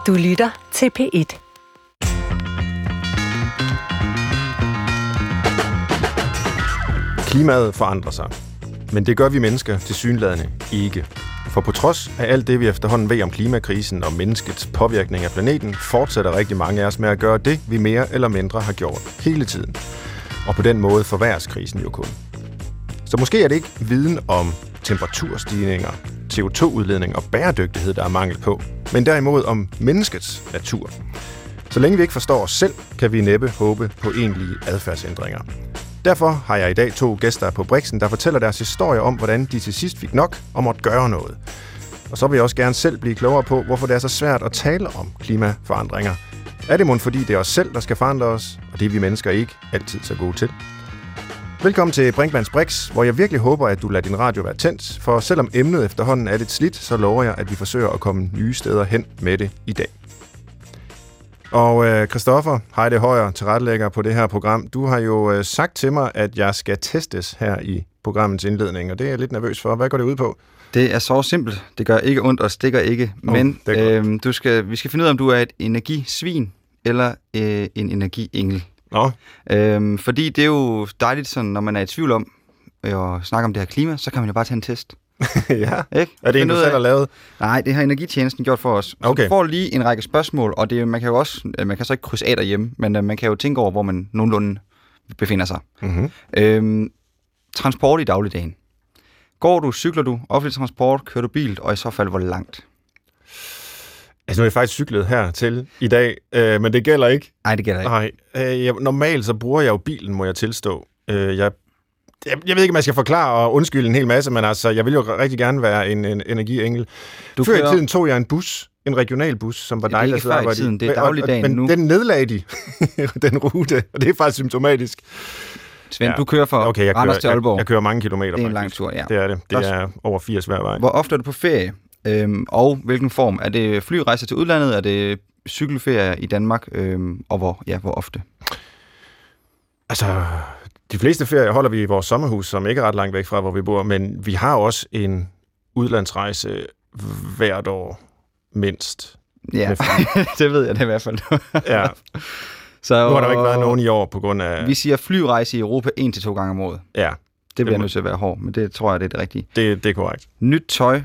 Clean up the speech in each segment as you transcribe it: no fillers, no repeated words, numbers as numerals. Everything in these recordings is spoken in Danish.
Du lytter til P1. Klimaet forandrer sig, men det gør vi mennesker tilsyneladende ikke. For på trods af alt det, vi efterhånden ved om klimakrisen og menneskets påvirkning af planeten, fortsætter rigtig mange af os med at gøre det, vi mere eller mindre har gjort hele tiden. Og på den måde forværres krisen jo kun. Så måske er det ikke viden om temperaturstigninger, CO2-udledning og bæredygtighed, der er mangel på, men derimod om menneskets natur. Så længe vi ikke forstår os selv, kan vi næppe håbe på egentlige adfærdsændringer. Derfor har jeg i dag 2 gæster på Brixen, der fortæller deres historie om, hvordan de til sidst fik nok og måtte gøre noget. Og så vil jeg også gerne selv blive klogere på, hvorfor det er så svært at tale om klimaforandringer. Er det mon fordi det er os selv, der skal forandre os, og det er vi mennesker ikke altid så gode til? Velkommen til Brinkmanns Brix, hvor jeg virkelig håber, at du lader din radio være tændt, for selvom emnet efterhånden er lidt slidt, så lover jeg, at vi forsøger at komme nye steder hen med det i dag. Og Christoffer Heide Højer, tilrettelægger på det her program, du har jo sagt til mig, at jeg skal testes her i programmets indledning, og det er jeg lidt nervøs for. Hvad går det ud på? Det er så simpelt. Det gør ikke ondt og stikker ikke, men vi skal finde ud af, om du er et energisvin eller en energiengel. Fordi det er jo dejligt, sådan, når man er i tvivl om at snakke om det her klima, så kan man jo bare tage en test. Ja, ikke? Er det en, du selv har lavet? Nej, det har Energitjenesten gjort for os. Okay. Så du får lige en række spørgsmål, og det, man kan så ikke krydse af derhjemme, men man kan jo tænke over, hvor man nogenlunde befinder sig. Mm-hmm. Transport i dagligdagen. Går du, cykler du, offentlig transport, kører du bil, og i så fald hvor langt? Altså nu er jeg faktisk cyklet her til i dag, men det gælder ikke. Nej, det gælder ikke. Nej, normalt så bruger jeg jo bilen, må jeg tilstå. Jeg ved ikke, om jeg skal forklare og undskylde en hel masse, men altså, jeg vil jo rigtig gerne være en energiengel. Før i tiden tog jeg en bus, en regional bus, som var dejligt at sidde arbejde i. Det er dagligdagen nu. Men den nedlagde de, den rute, og det er faktisk symptomatisk. Svend, du kører fra Randers til Aalborg. Jeg kører mange kilometer. Det er en lang tur, ja. Det er det. Det er over 80 hver vej. Hvor ofte er du på ferie? Og hvilken form? Er det flyrejser til udlandet? Er det cykelferie i Danmark? Og hvor ofte? Altså, de fleste ferier holder vi i vores sommerhus, som ikke er ret langt væk fra, hvor vi bor, men vi har også en udlandsrejse hvert år, mindst. Ja, det ved jeg det i hvert fald. Ja. Så, nu har der ikke været nogen i år på grund af... Vi siger flyrejse i Europa 1 til 2 gange om året. Ja. Det bliver nødt til at være hård, men det tror jeg, det er det rigtige. Det er korrekt. Nyt tøj.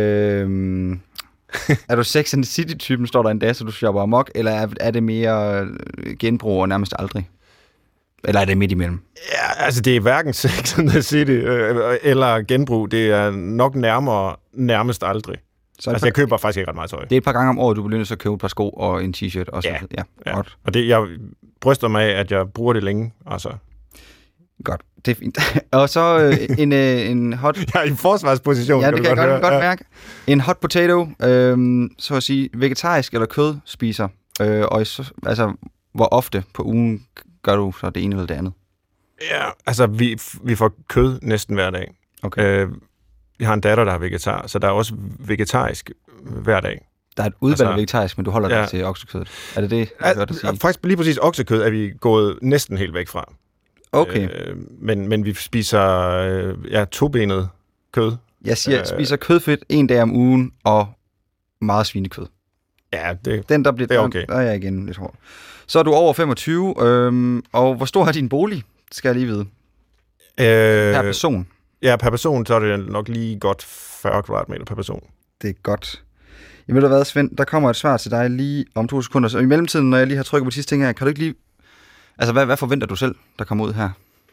Er du Sex and the City-typen, står der endda, så du shopper amok, eller er det mere genbrug og nærmest aldrig? Eller er det midt imellem? Ja, altså det er hverken Sex and the City eller genbrug. Det er nok nærmest aldrig. Altså jeg køber faktisk ikke ret meget tøj. Det er et par gange om året, du bliver nødt til at købe et par sko og en t-shirt. Og så, ja. Og det, jeg bryster mig af, at jeg bruger det længe. Altså. Godt, det er fint. Og så en hot... Jeg er i forsvarsposition, ja, det kan jeg godt mærke. En hot potato, så at sige, vegetarisk eller kød spiser. Altså, hvor ofte på ugen gør du så det ene eller det andet? Ja, altså vi får kød næsten hver dag. Okay. Jeg har en datter, der er vegetar, så der er også vegetarisk hver dag. Der er et udvalg af vegetarisk, men du holder dig til oksekødet. Er det det, jeg hørte dig sige? Faktisk lige præcis oksekød er vi gået næsten helt væk fra. Okay. Men vi spiser tobenet kød. Jeg spiser kødfedt 1 dag om ugen og meget svinekød. Ja, det er okay. Der er jeg igen lidt hård. Så er du over 25, og hvor stor er din bolig, skal jeg lige vide? Per person? Ja, per person, så er det nok lige godt 40 kvadratmeter per person. Det er godt. Jeg ved du hvad, Svend, der kommer et svar til dig lige om 2 sekunder. Så i mellemtiden, når jeg lige har trykket på de sidste ting her, kan du ikke lige... Altså, hvad forventer du selv, der kommer ud her?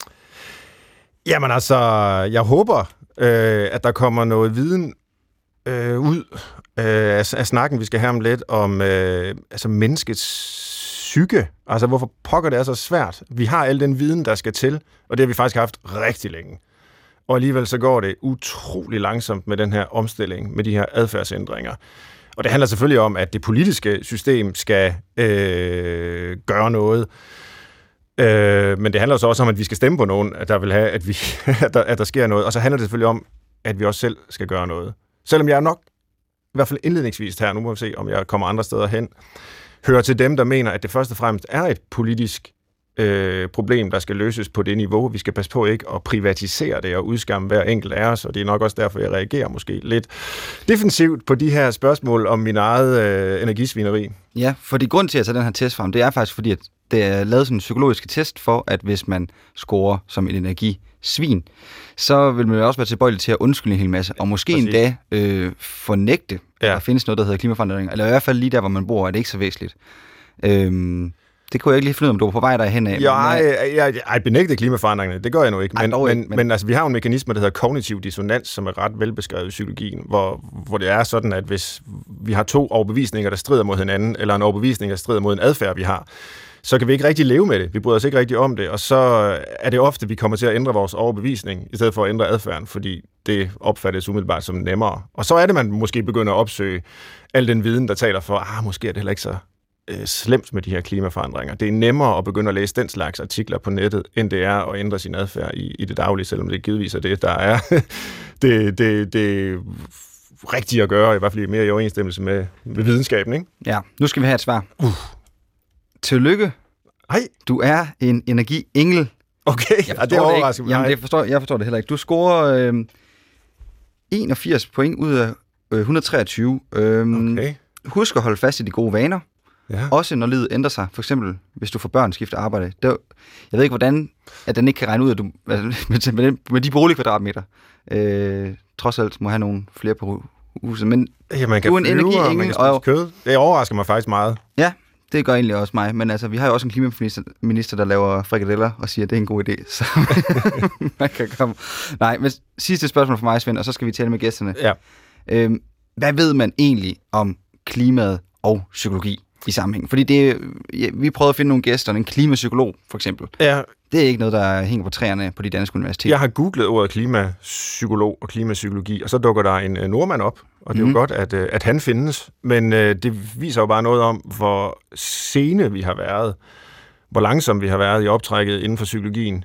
Jamen altså, jeg håber, at der kommer noget viden ud af snakken, vi skal have om lidt, om menneskets psyke. Altså, hvorfor pokker det er så svært? Vi har al den viden, der skal til, og det har vi faktisk haft rigtig længe. Og alligevel så går det utrolig langsomt med den her omstilling, med de her adfærdsændringer. Og det handler selvfølgelig om, at det politiske system skal gøre noget. Men det handler så også om, at vi skal stemme på nogen, der vil have, at der sker noget. Og så handler det selvfølgelig om, at vi også selv skal gøre noget. Selvom jeg nok, i hvert fald indledningsvis her, nu må vi se, om jeg kommer andre steder hen, hører til dem, der mener, at det først og fremmest er et politisk problem, der skal løses på det niveau. Vi skal passe på ikke at privatisere det og udskamme hver enkelt af os, og det er nok også derfor, jeg reagerer måske lidt defensivt på de her spørgsmål om min eget energisvineri. Ja, for det grund til at tage den her test frem, det er faktisk fordi, at det er lavet sådan en psykologisk test for, at hvis man scorer som en energisvin, så vil man jo også være tilbøjelig til at undskylde en hel masse, og måske endda fornægte, at der findes noget, der hedder klimaforandringer, eller i hvert fald lige der, hvor man bor, er det ikke så væsentligt. Det kunne jeg ikke lige finde ud af, om du var på vej derhen af. Jeg benægter klimaforandringerne, det gør jeg nu ikke. Men altså, vi har jo en mekanisme, der hedder kognitiv dissonans, som er ret velbeskrevet i psykologien, hvor det er sådan, at hvis vi har to overbevisninger, der strider mod hinanden, eller en overbevisning, der strider mod en adfærd, vi har, så kan vi ikke rigtig leve med det. Vi bryder os ikke rigtig om det, og så er det ofte, vi kommer til at ændre vores overbevisning, i stedet for at ændre adfærden, fordi det opfattes umiddelbart som nemmere. Og så er det, man måske begynder at opsøge al den viden, der taler for, måske er det heller ikke så slemt med de her klimaforandringer. Det er nemmere at begynde at læse den slags artikler på nettet, end det er at ændre sin adfærd i det daglige, selvom det givetvis er det, der er det rigtige at gøre, i hvert fald mere i overensstemmelse med videnskaben, ikke? Ja, nu skal vi have et svar. Tillykke. Hej. Du er en energiengel. Okay, det er overraskende. Jamen, jeg forstår det heller ikke. Du scorer 81 point ud af 123. Okay. Husk at holde fast i de gode vaner. Ja. Også når livet ændrer sig. For eksempel, hvis du får børn, skifter arbejde. Jeg ved ikke, hvordan at den ikke kan regne ud, at du med de boligkvadratmeter trods alt må have nogle flere på huset. Men man kan du er en energiengel. Og kød. Det overrasker mig faktisk meget. Ja, det gør egentlig også mig. Men altså, vi har jo også en klimaminister, der laver frikadeller og siger, at det er en god idé. Så man kan komme. Nej, men sidste spørgsmål for mig, Svend, og så skal vi tale med gæsterne. Ja. Hvad ved man egentlig om klimaet og psykologi i sammenhæng? Fordi vi prøvede at finde nogle gæster, en klimapsykolog for eksempel. Ja. Det er ikke noget, der hænger på træerne på de danske universiteter. Jeg har googlet ordet klimapsykolog og klimapsykologi, og så dukker der en nordmand op, og det er jo godt, at han findes. Men det viser jo bare noget om, hvor sene vi har været, hvor langsomt vi har været i optrækket inden for psykologien.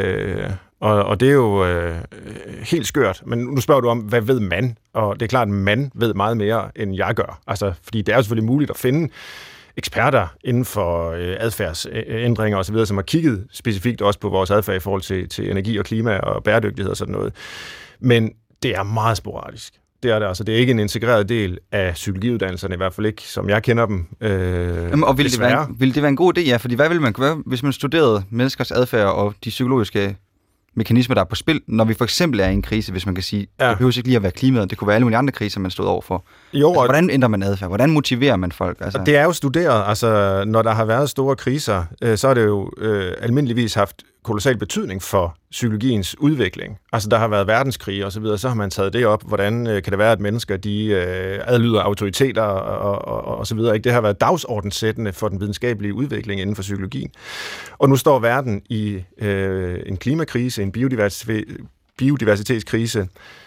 Og det er jo helt skørt. Men nu spørger du om, hvad ved man? Og det er klart, at man ved meget mere, end jeg gør. Altså, fordi det er jo selvfølgelig muligt at finde eksperter inden for adfærdsændringer osv., som har kigget specifikt også på vores adfærd i forhold til energi og klima og bæredygtighed og sådan noget. Men det er meget sporadisk. Det er det altså. Det er ikke en integreret del af psykologiuddannelserne, i hvert fald ikke, som jeg kender dem. Og ville det være en god idé? Ja, fordi hvad ville man gøre, hvis man studerede menneskers adfærd og de psykologiske mekanismer, der er på spil, når vi for eksempel er i en krise, hvis man kan sige, det behøver ikke lige at være klimaet, det kunne være alle mulige andre kriser, man stod overfor. Hvordan ændrer man adfærd? Hvordan motiverer man folk? Altså? Det er jo studeret, altså når der har været store kriser, så har det jo almindeligvis haft kolossal betydning for psykologiens udvikling. Altså der har været verdenskrig og så videre, så har man taget det op, hvordan kan det være, at mennesker de adlyder autoriteter og så videre. Ikke? Det har været dagsordenssættende for den videnskabelige udvikling inden for psykologien. Og nu står verden i en klimakrise, en biodiversitetskrise,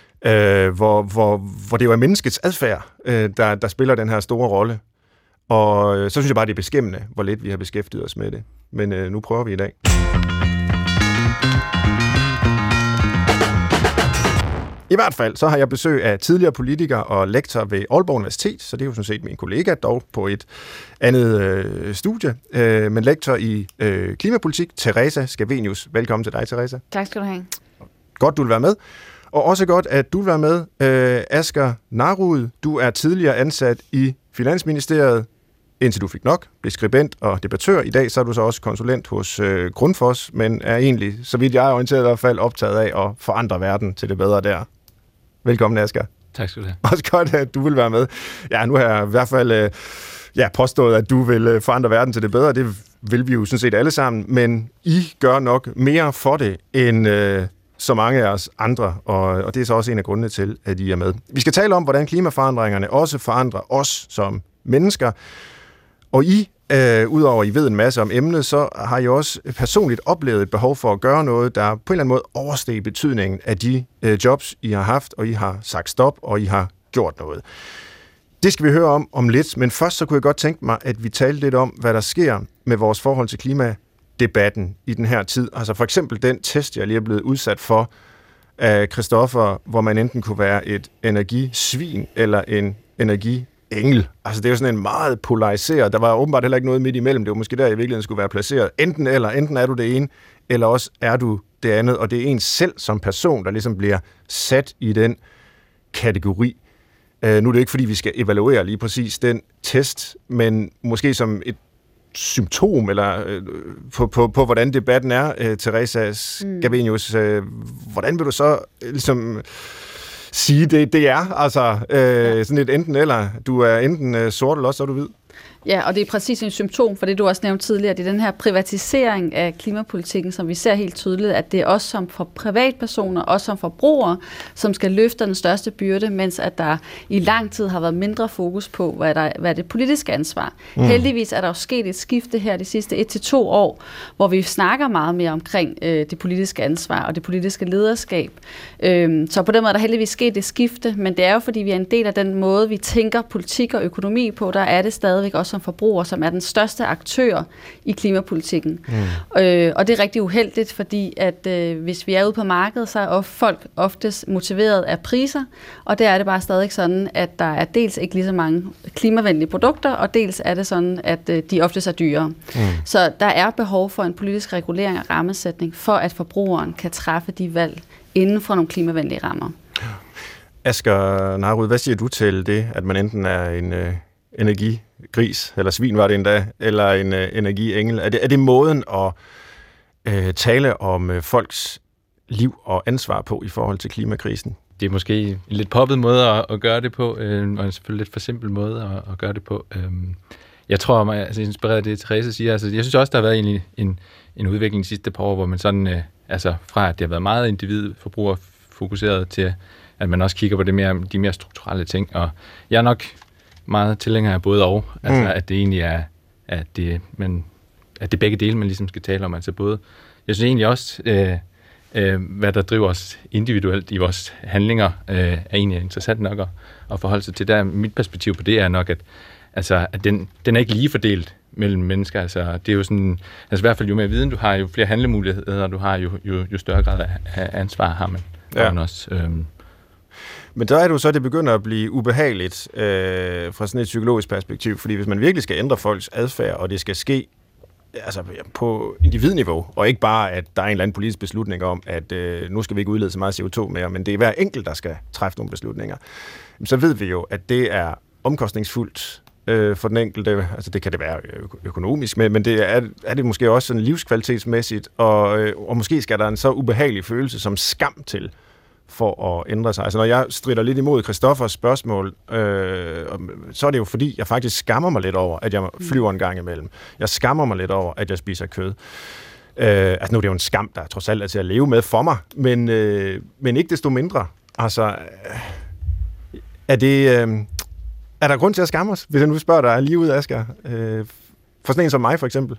hvor det jo er menneskets adfærd, der spiller den her store rolle. Og så synes jeg bare, det er beskæmmende, hvor lidt vi har beskæftiget os med det. Men nu prøver vi i dag. I hvert fald, så har jeg besøg af tidligere politiker og lektor ved Aalborg Universitet, så det er jo sådan set min kollega, dog på et andet studie, men lektor i klimapolitik, Teresa Scavenius. Velkommen til dig, Teresa. Tak skal du have. Godt, du vil være med. Og også godt, at du vil være med, Asger Narud. Du er tidligere ansat i Finansministeriet, indtil du fik nok, blev skribent og debattør. I dag så er du så også konsulent hos Grundfos, men er egentlig, så vidt jeg er orienteret i hvert fald, optaget af at forandre verden til det bedre der. Velkommen, Asger. Tak skal du have. Også godt, at du vil være med. Ja, nu har jeg i hvert fald påstået, at du vil forandre verden til det bedre. Det vil vi jo sådan set alle sammen, men I gør nok mere for det, end så mange af os andre, og det er så også en af grundene til, at I er med. Vi skal tale om, hvordan klimaforandringerne også forandrer os som mennesker, og udover at I ved en masse om emnet, så har I også personligt oplevet et behov for at gøre noget, der på en eller anden måde oversteg betydningen af de jobs, I har haft, og I har sagt stop, og I har gjort noget. Det skal vi høre om lidt, men først så kunne jeg godt tænke mig, at vi talte lidt om, hvad der sker med vores forhold til klimadebatten i den her tid. Altså for eksempel den test, jeg lige er blevet udsat for af Christoffer, hvor man enten kunne være et energisvin eller en engel. Altså, det er jo sådan en meget polariseret. Der var åbenbart heller ikke noget midt imellem. Det var måske der, i virkeligheden skulle være placeret. Enten er du det ene, eller også er du det andet. Og det er en selv som person, der ligesom bliver sat i den kategori. Nu er det ikke, fordi vi skal evaluere lige præcis den test, men måske som et symptom, eller på hvordan debatten er, Teresa Scavenius. Hvordan vil du så ligesom sige, det er? Altså sådan et enten eller. Du er enten sort, eller også er du hvid. Ja, og det er præcis en symptom for det, du også nævnte tidligere. Det er den her privatisering af klimapolitikken, som vi ser helt tydeligt, at det er os som for privatpersoner, os som forbrugere, som skal løfte den største byrde, mens at der i lang tid har været mindre fokus på, hvad er det politiske ansvar. Heldigvis er der jo sket et skifte her de sidste 1-2 år, hvor vi snakker meget mere omkring det politiske ansvar og det politiske lederskab. Så på den måde er der heldigvis sket et skifte, men det er jo fordi, vi er en del af den måde, vi tænker politik og økonomi på, der er det stadigvæk også som forbruger, som er den største aktør i klimapolitikken. Og det er rigtig uheldigt, fordi at hvis vi er ude på markedet, så er folk oftest motiveret af priser, og der er det bare stadig sådan, at der er dels ikke lige så mange klimavenlige produkter, og dels er det sådan, at de oftest er dyrere. Så der er behov for en politisk regulering og rammesætning, for at forbrugeren kan træffe de valg inden for nogle klimavenlige rammer. Asger Narud, hvad siger du til det, at man enten er en energigris, eller svin var det endda, eller en energiengel? Er det måden at tale om folks liv og ansvar på i forhold til klimakrisen? Det er måske en lidt poppet måde at gøre det på, og en selvfølgelig lidt for simpel måde at gøre det på. Jeg tror mig, altså inspireret af det, Teresa siger, altså jeg synes også, der har været en udvikling de sidste par år, hvor man sådan, altså fra at det har været meget individforbrugerfokuseret til, at man også kigger på de mere strukturelle ting, og jeg er nok meget tilhænger af både og, altså at det egentlig er, at det er begge dele, man ligesom skal tale om, altså både, jeg synes egentlig også, hvad der driver os individuelt i vores handlinger, er egentlig interessant nok at forholde sig til. Der mit perspektiv på det er nok, at den er ikke lige fordelt mellem mennesker, altså det er jo sådan, altså i hvert fald jo mere viden du har, jo flere handlemuligheder du har, jo større grad af ansvar har man, man også. Men der er det jo så, det begynder at blive ubehageligt fra sådan et psykologisk perspektiv, fordi hvis man virkelig skal ændre folks adfærd, og det skal ske altså på individniveau, og ikke bare, at der er en eller anden politisk beslutning om, at nu skal vi ikke udlede så meget CO2 mere, men det er hver enkelt, der skal træffe nogle beslutninger, så ved vi jo, at det er omkostningsfuldt for den enkelte. Altså det kan det være økonomisk, men det er det måske også sådan livskvalitetsmæssigt, og måske skal der en så ubehagelig følelse som skam til, for at ændre sig. Altså når jeg stritter lidt imod Christoffers spørgsmål, så er det jo fordi, jeg faktisk skammer mig lidt over, at jeg flyver en gang imellem. Jeg skammer mig lidt over, at jeg spiser kød. Altså nu er det jo en skam, der trods alt er til at leve med for mig, men ikke desto mindre. Altså, er der grund til at skamme os, hvis jeg nu spørger dig lige ud, Asger? For sådan en som mig, for eksempel.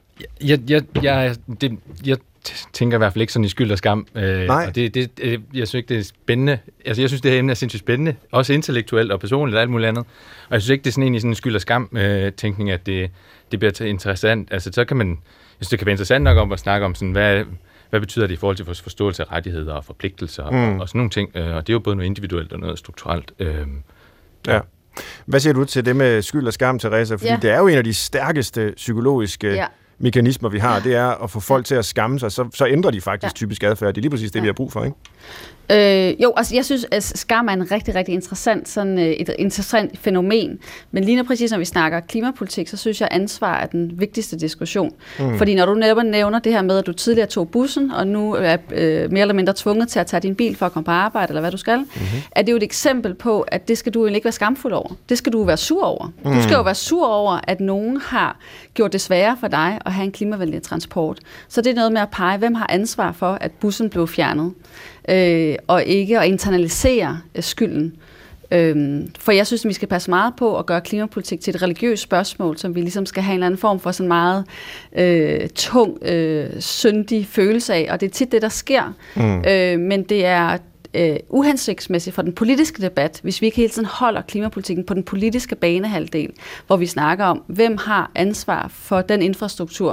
Jeg tænker i hvert fald ikke sådan i skyld og skam. Nej. Og jeg synes ikke, det er spændende. Altså, jeg synes, det her emne er sindssygt spændende. Også intellektuelt og personligt og alt muligt andet. Og jeg synes ikke, det er sådan en skyld og skam-tænkning, at det bliver interessant. Altså, så kan man... Jeg synes, det kan være interessant nok om at snakke om sådan, hvad betyder det i forhold til vores forståelse af rettigheder og forpligtelser og sådan nogle ting. Og det er jo både noget individuelt og noget strukturelt. Ja. Hvad siger du til det med skyld og skam, Teresa? Fordi det er jo en af de stærkeste psykologiske mekanismer, vi har. Det er at få folk til at skamme sig, så ændrer de faktisk typisk adfærd. Det er lige præcis det, vi har brug for, ikke? Jo, altså jeg synes, at skam er en rigtig, rigtig interessant, sådan et interessant fænomen. Men lige nu præcis, når vi snakker klimapolitik, så synes jeg, at ansvar er den vigtigste diskussion. Fordi når du nævner det her med, at du tidligere tog bussen, og nu er mere eller mindre tvunget til at tage din bil for at komme på arbejde, eller hvad du skal, er det jo et eksempel på, at det skal du ikke være skamfuld over. Det skal du være sur over. Du skal jo være sur over, at nogen har gjort det sværere for dig at have en klimavenlig transport. Så det er noget med at pege, hvem har ansvar for, at bussen blev fjernet. Og ikke at internalisere skylden. For jeg synes, at vi skal passe meget på at gøre klimapolitik til et religiøst spørgsmål, som vi ligesom skal have en eller anden form for sådan meget tung, syndig følelse af. Og det er tit det, der sker. Men det er uhensigtsmæssigt for den politiske debat, hvis vi ikke hele tiden holder klimapolitikken på den politiske banehalvdel, hvor vi snakker om, hvem har ansvar for den infrastruktur,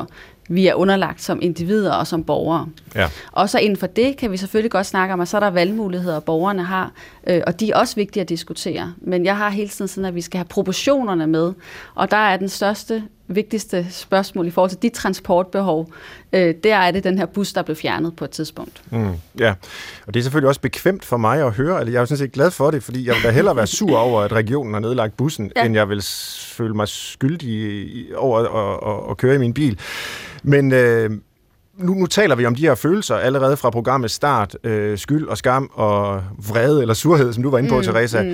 vi er underlagt som individer og som borgere. Ja. Og så inden for det kan vi selvfølgelig godt snakke om, at så er der valgmuligheder, borgerne har, og de er også vigtige at diskutere. Men jeg har hele tiden sådan, at vi skal have proportionerne med, og der er den vigtigste spørgsmål i forhold til dit transportbehov, der er det den her bus, der blev fjernet på et tidspunkt. Ja, og det er selvfølgelig også bekvemt for mig at høre, eller jeg er jo sådan set glad for det, fordi jeg vil da hellere være sur over, at regionen har nedlagt bussen, end jeg vil føle mig skyldig over at køre i min bil. Men nu taler vi om de her følelser allerede fra programmets start, skyld og skam og vrede eller surhed, som du var inde på, Teresa.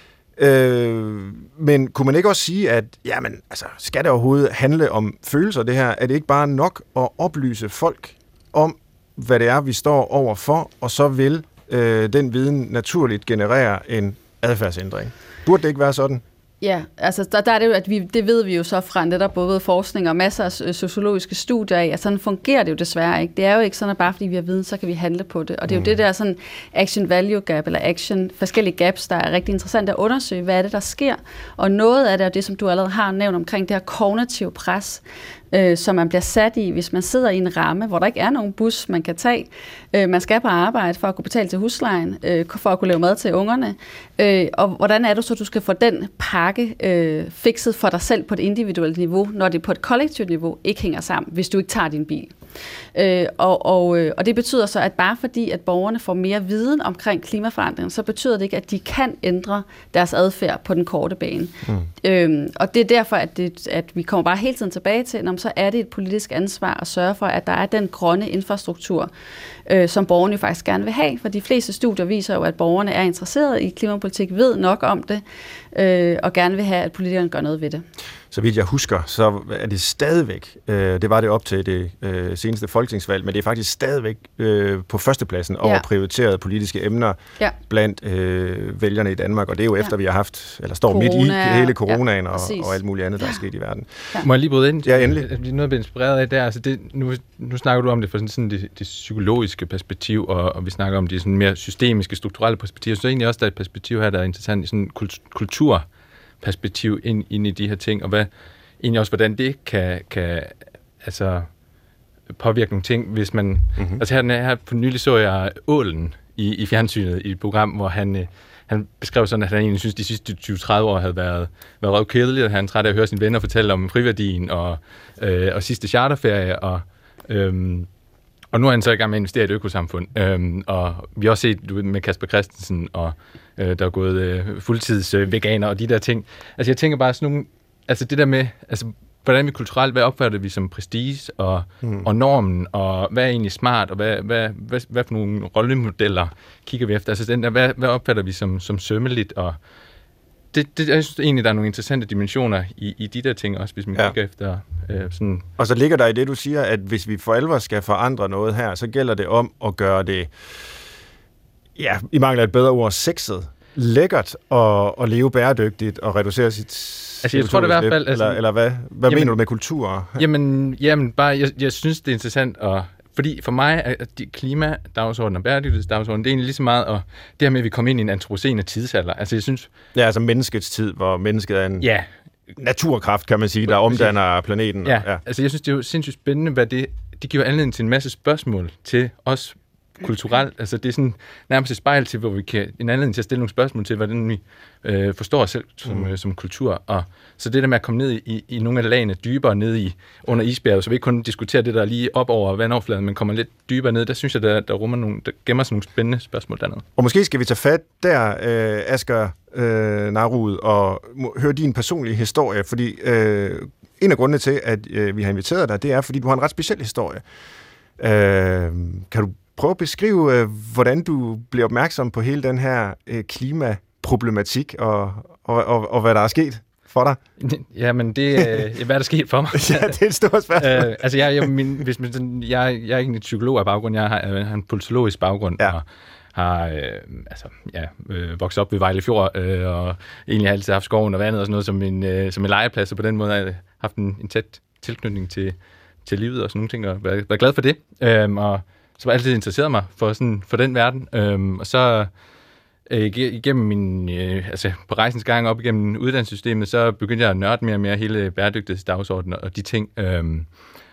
Men kunne man ikke også sige, at jamen, altså, skal det overhovedet handle om følelser, det her? Er det ikke bare nok at oplyse folk om, hvad det er, vi står overfor, og så vil den viden naturligt generere en adfærdsændring? Burde det ikke være sådan? Ja, altså der er det jo, at det ved vi jo så fra netop både forskning og masser af sociologiske studier af, at sådan fungerer det jo desværre ikke. Det er jo ikke sådan, at bare fordi vi har viden, så kan vi handle på det. Og det er jo det der sådan action-value gap, eller forskellige gaps, der er rigtig interessant at undersøge, hvad er det, der sker. Og noget af det er det, som du allerede har nævnt omkring det her kognitive pres, som man bliver sat i, hvis man sidder i en ramme, hvor der ikke er nogen bus, man kan tage. Man skal på arbejde for at kunne betale til huslejen, for at kunne lave mad til ungerne. Og hvordan er det så, du skal få den pakke fikset for dig selv på et individuelt niveau, når det på et kollektivt niveau ikke hænger sammen, hvis du ikke tager din bil. Og det betyder så, at bare fordi, at borgerne får mere viden omkring klimaforandringen, så betyder det ikke, at de kan ændre deres adfærd på den korte bane. Og det er derfor, at vi kommer bare hele tiden tilbage til, så er det et politisk ansvar at sørge for, at der er den grønne infrastruktur, som borgerne jo faktisk gerne vil have. For de fleste studier viser jo, at borgerne er interesserede i klimapolitik, ved nok om det, og gerne vil have, at politikerne gør noget ved det. Så vidt jeg husker, så er det stadigvæk, det var det op til det seneste folketingsvalg, men det er faktisk stadigvæk på førstepladsen over prioriterede politiske emner blandt vælgerne i Danmark, og det er jo efter, vi har haft, eller står midt i hele coronaen og alt muligt andet, der er sket i verden. Ja. Må jeg lige bryde ind? Ja, endelig. Noget at blive inspireret af der, altså nu snakker du om det fra sådan det psykologiske perspektiv, og vi snakker om det sådan mere systemiske, strukturelle perspektiv, så egentlig også der er et perspektiv her, der er interessant i sådan kulturperspektiv ind i de her ting, og egentlig også, hvordan det kan altså påvirke nogle ting, hvis man... Altså her for nylig så jeg Ålen i fjernsynet i et program, hvor han beskrev sådan, at han egentlig synes, de sidste 20-30 år havde været røvkedeligt, og han er træt af at høre sine venner fortælle om friværdien og sidste charterferie, og nu er han så i gang med at investere i et økosamfund. Og vi har også set med Kasper Christensen, og der er gået fuldtidsveganer og de der ting. Altså jeg tænker bare sådan nogle... Altså det der med... Altså, hvordan vi kulturelt, hvad opfatter vi som prestige og normen, og hvad er egentlig smart, og hvad for nogle rollemodeller kigger vi efter? Altså den der, hvad opfatter vi som sømmeligt, og det, jeg synes egentlig, der er nogle interessante dimensioner i de der ting også, hvis man kigger efter sådan... Og så ligger der i det, du siger, at hvis vi for alvor skal forandre noget her, så gælder det om at gøre det, i mangel af et bedre ord, sexet, lækkert og leve bæredygtigt og reducere sit... Altså, jeg tror det i hvert fald... Altså, eller hvad mener du med kultur? Jamen bare, jeg synes, det er interessant, fordi for mig er klimadagsordenen og bæredygtighedsdagsordenen, det er egentlig lige så meget, og det her med, at vi kommer ind i en antropocene tidsalder. Altså, jeg synes... Ja, altså menneskets tid, hvor mennesket er en naturkraft, kan man sige, der omdanner planeten. Ja, altså jeg synes, det er jo sindssygt spændende, hvad det giver anledning til en masse spørgsmål til os kulturelt. Altså det er sådan nærmest et spejl til, hvor vi kan en anledning til at stille nogle spørgsmål til, hvordan vi forstår os selv som kultur. Og så det der med at komme ned i nogle af lagene dybere ned under isbjerget, så vi ikke kun diskuterer det der lige op over vandoverfladen, men kommer lidt dybere ned, der synes jeg, der rummer der gemmer sig nogle spændende spørgsmål dernede. Og måske skal vi tage fat der, Asger Narud, og høre din personlige historie, fordi en af grundene til, at vi har inviteret dig, det er, fordi du har en ret speciel historie. Kan du prøve at beskrive, hvordan du blev opmærksom på hele den her klimaproblematik, og hvad der er sket for dig? Jamen, det er, hvad der er sket for mig. Ja, det er et stort spørgsmål. Altså, jeg er ikke en psykolog af baggrund, jeg har en politologisk baggrund, og har vokset op ved Vejle Fjord, og egentlig har altid haft skoven og vandet og sådan noget som en legeplads, og på den måde har jeg haft en tæt tilknytning til livet og sådan nogle ting, og været glad for det. Og så var jeg altid interesseret mig for den verden. Og så igennem på rejsens gang op igennem uddannelsessystemet, så begyndte jeg at nørde mere og mere hele bæredygtighedsdagsordenen og de ting.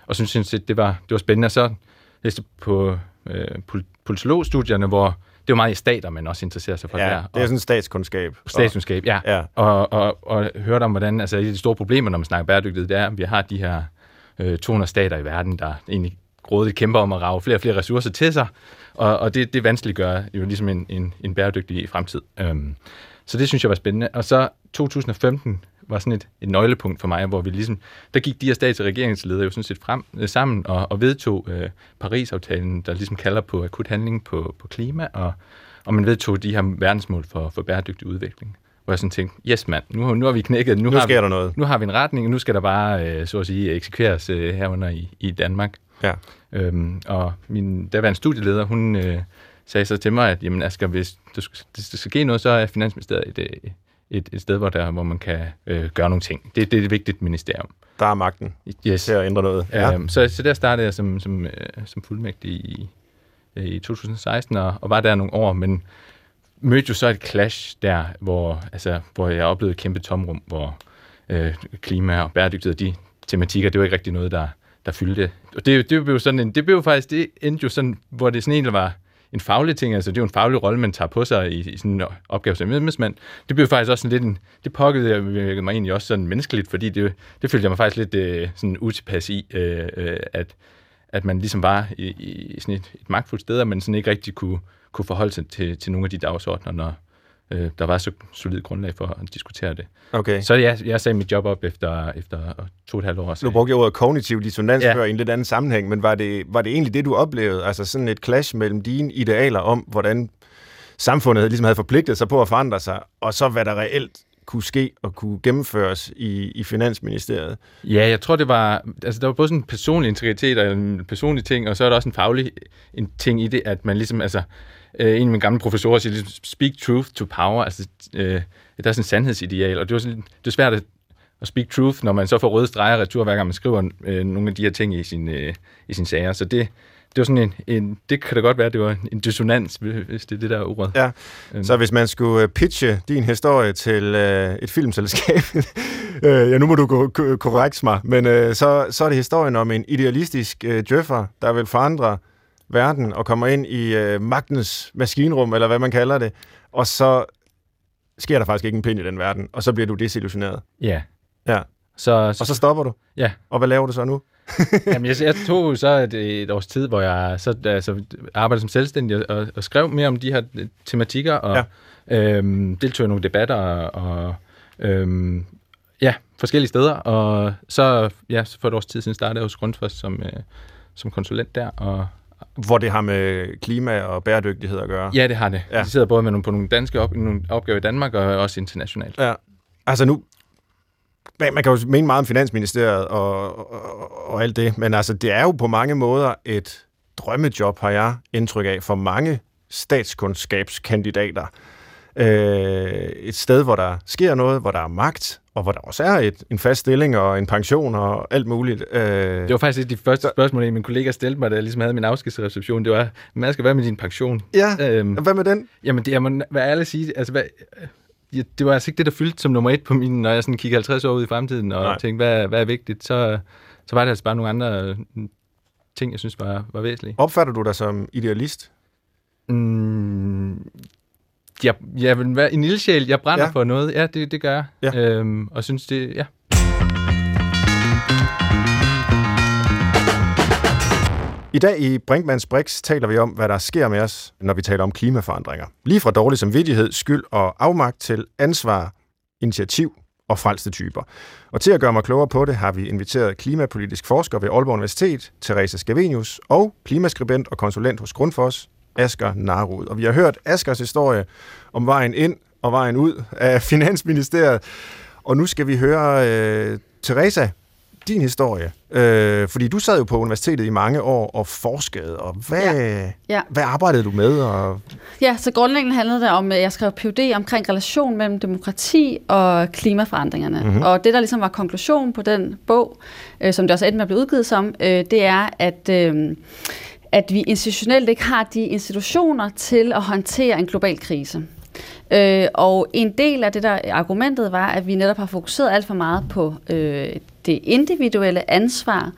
og synes det var spændende. Og så læste på politologstudierne, hvor det er jo meget i stater, man også interesserer sig for det her. Det er sådan statskundskab. Statskundskab, ja. Og hørte om, hvordan altså, de store problemer, når man snakker bæredygtighed, det er, at vi har de her 200 stater i verden, der egentlig grådigt kæmper om at rage flere og flere ressourcer til sig, og det vanskeliggør jo ligesom en bæredygtig fremtid. Så det synes jeg var spændende. Og så 2015 var sådan et nøglepunkt for mig, hvor vi ligesom, der gik de her stats- og regeringsledere jo sådan set sammen og vedtog Paris-aftalen, der ligesom kalder på akut handling på klima, og man vedtog de her verdensmål for bæredygtig udvikling. Hvor jeg sådan tænkte, yes mand, nu har vi knækket, nu sker der noget. Nu har vi en retning, og nu skal der bare, så at sige, eksekveres herunder i Danmark. Ja. Og min daværende studieleder, hun sagde så til mig, at jamen, Asger, hvis der skal ske noget, så er Finansministeriet et sted, hvor man kan gøre nogle ting. Det er et vigtigt ministerium. Der er magten til at ændre noget. Ja. Så der startede jeg som fuldmægtig i 2016, og var der nogle år, men mødte jo så et clash der, hvor jeg oplevede et kæmpe tomrum, hvor klima og bæredygtighed, de tematikker, det var ikke rigtig noget, der fyldte. Og det endte jo sådan, hvor det sådan egentlig var en faglig ting, altså det er jo en faglig rolle, man tager på sig i sådan en opgave som embedsmand. Det blev faktisk også sådan lidt det påvirkede mig egentlig også sådan menneskeligt, fordi det følte jeg mig faktisk lidt sådan utilpas i, at man ligesom var i sådan et magtfuldt sted, og man sådan ikke rigtig kunne forholde sig til nogle af de dagsordner, når der var så solid grundlag for at diskutere det. Okay. Så jeg sagde mit job op efter 2,5 år. Du brugte ordet kognitiv dissonans før i en lidt anden sammenhæng, men var det egentlig det, du oplevede? Altså sådan et clash mellem dine idealer om, hvordan samfundet ligesom havde forpligtet sig på at forandre sig, og så hvad der reelt kunne ske og kunne gennemføres i Finansministeriet? Ja, jeg tror, det var... Altså, der var både sådan en personlig integritet og en personlig ting, og så er der også en faglig ting i det, at man ligesom... Altså, en af mine gamle professorer siger ligesom, speak truth to power. Altså, der er sådan en sandhedsideal, og det er svært at speak truth, når man så får røde streger retur, hver gang man skriver nogle af de her ting i sin sager. Så det var sådan det kan da godt være, at det var en dissonans, hvis det er det der ordet. Ja, så hvis man skulle pitche din historie til et filmselskab, nu må du korrekte mig, men så er det historien om en idealistisk djøffer, der vil forandre verden og kommer ind i magtens maskinrum, eller hvad man kalder det, og så sker der faktisk ikke en pind i den verden, og så bliver du desillusioneret. Ja. Ja. Og så stopper du? Ja. Og hvad laver du så nu? Jamen, jeg tog så et års tid, hvor jeg så arbejdede som selvstændig og skrev mere om de her tematikker, og deltog i nogle debatter, og forskellige steder, og så for et års tid siden startede jeg hos Grundfos som konsulent der, og hvor det har med klima og bæredygtighed at gøre? Ja, det har det. Ja. De sidder både på nogle danske nogle opgaver i Danmark og også internationalt. Ja. Altså nu, man kan jo mene meget om Finansministeriet og alt det, men altså det er jo på mange måder et drømmejob, har jeg indtryk af, for mange statskundskabskandidater. Et sted, hvor der sker noget, hvor der er magt, og hvor der også er en fast stilling og en pension og alt muligt. Det var faktisk et af de første spørgsmål, min kollega stillede mig, da jeg ligesom havde min afskedsreception. Det var, hvad skal være med din pension? Ja, hvad med den? Jamen, jeg må være ærlig at sige, altså, det var altså ikke det, der fyldte som nummer 1 på min, når jeg sådan kigger 50 år ud i fremtiden og tænkte, hvad er vigtigt, så var det altså bare nogle andre ting, jeg synes var væsentlige. Opfatter du dig som idealist? Jeg vil være en ildsjæl. Jeg brænder for noget. Ja, det gør jeg. Ja. Og synes det, ja. I dag i Brinkmanns Brix taler vi om, hvad der sker med os, når vi taler om klimaforandringer. Lige fra dårlig samvittighed, skyld og afmagt til ansvar, initiativ og frelste typer. Og til at gøre mig klogere på det, har vi inviteret klimapolitisk forsker ved Aalborg Universitet, Therese Scavenius, og klimaskribent og konsulent hos Grundfos, Asger Narud. Og vi har hørt Asgers historie om vejen ind og vejen ud af Finansministeriet. Og nu skal vi høre Therese, din historie. Fordi du sad jo på universitetet i mange år og forskede. Og hvad arbejdede du med? Ja, så grundlæggende handlede det om, at jeg skrev Ph.D. omkring relation mellem demokrati og klimaforandringerne. Mm-hmm. Og det, der ligesom var konklusion på den bog, som det også endte med at blive udgivet som, det er, at vi institutionelt ikke har de institutioner til at håndtere en global krise. Og en del af det der argumentet var, at vi netop har fokuseret alt for meget på det individuelle ansvar,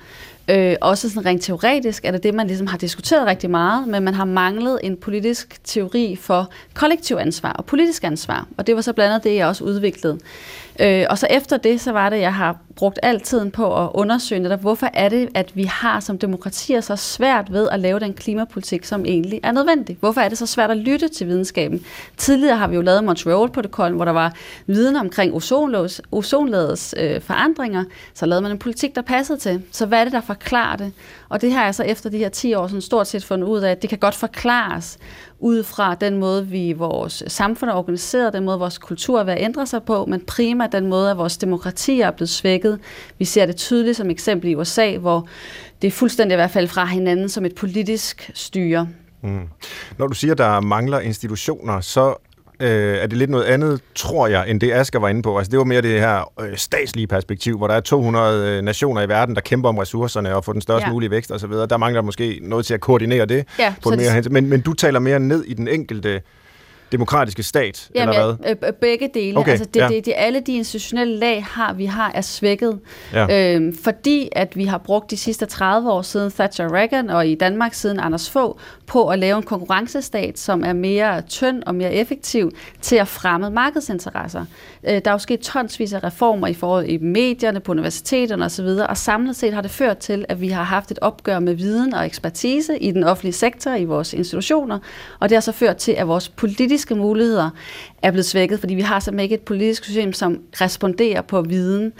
Også sådan rent teoretisk er det, man ligesom har diskuteret rigtig meget, men man har manglet en politisk teori for kollektiv ansvar og politisk ansvar. Og det var så blandt andet det, jeg også udviklede. Og så efter det, så var det, jeg har brugt al tiden på at undersøge netop, hvorfor er det, at vi har som demokratier så svært ved at lave den klimapolitik, som egentlig er nødvendig. Hvorfor er det så svært at lytte til videnskaben? Tidligere har vi jo lavet Montreal-protokollen, hvor der var viden omkring ozonlagets forandringer, så lavede man en politik, der passede til. Så hvad er det, der forklarer det? Og det har jeg så efter de her 10 år sådan stort set fundet ud af, at det kan godt forklares ud fra den måde, vores samfund er organiseret, den måde, vores kultur er ved at ændre sig på, men primært den måde, at vores demokratier er blevet svækket. Vi ser det tydeligt som eksempel i USA, hvor det er fuldstændig i hvert fald fra hinanden som et politisk styre. Når du siger, der mangler institutioner, så er det lidt noget andet, tror jeg, end det Asger var inde på. Altså det var mere det her statslige perspektiv, hvor der er 200 nationer i verden, der kæmper om ressourcerne og får den størst mulige vækst osv. Der mangler måske noget til at koordinere det. Ja, på mere men du taler mere ned i den enkelte demokratiske stat, eller hvad? Begge dele. Okay, altså alle de institutionelle lag, vi har er svækket. Ja. Fordi at vi har brugt de sidste 30 år siden Thatcher Reagan, og i Danmark siden Anders Fogh, på at lave en konkurrencestat, som er mere tynd og mere effektiv til at fremme markedsinteresser. Der er jo sket tonsvis af reformer i medierne, på universiteterne osv., og samlet set har det ført til, at vi har haft et opgør med viden og ekspertise i den offentlige sektor, i vores institutioner, og det har så ført til, at vores politiske muligheder er blevet svækket, fordi vi har simpelthen ikke et politisk system, som responderer på viden.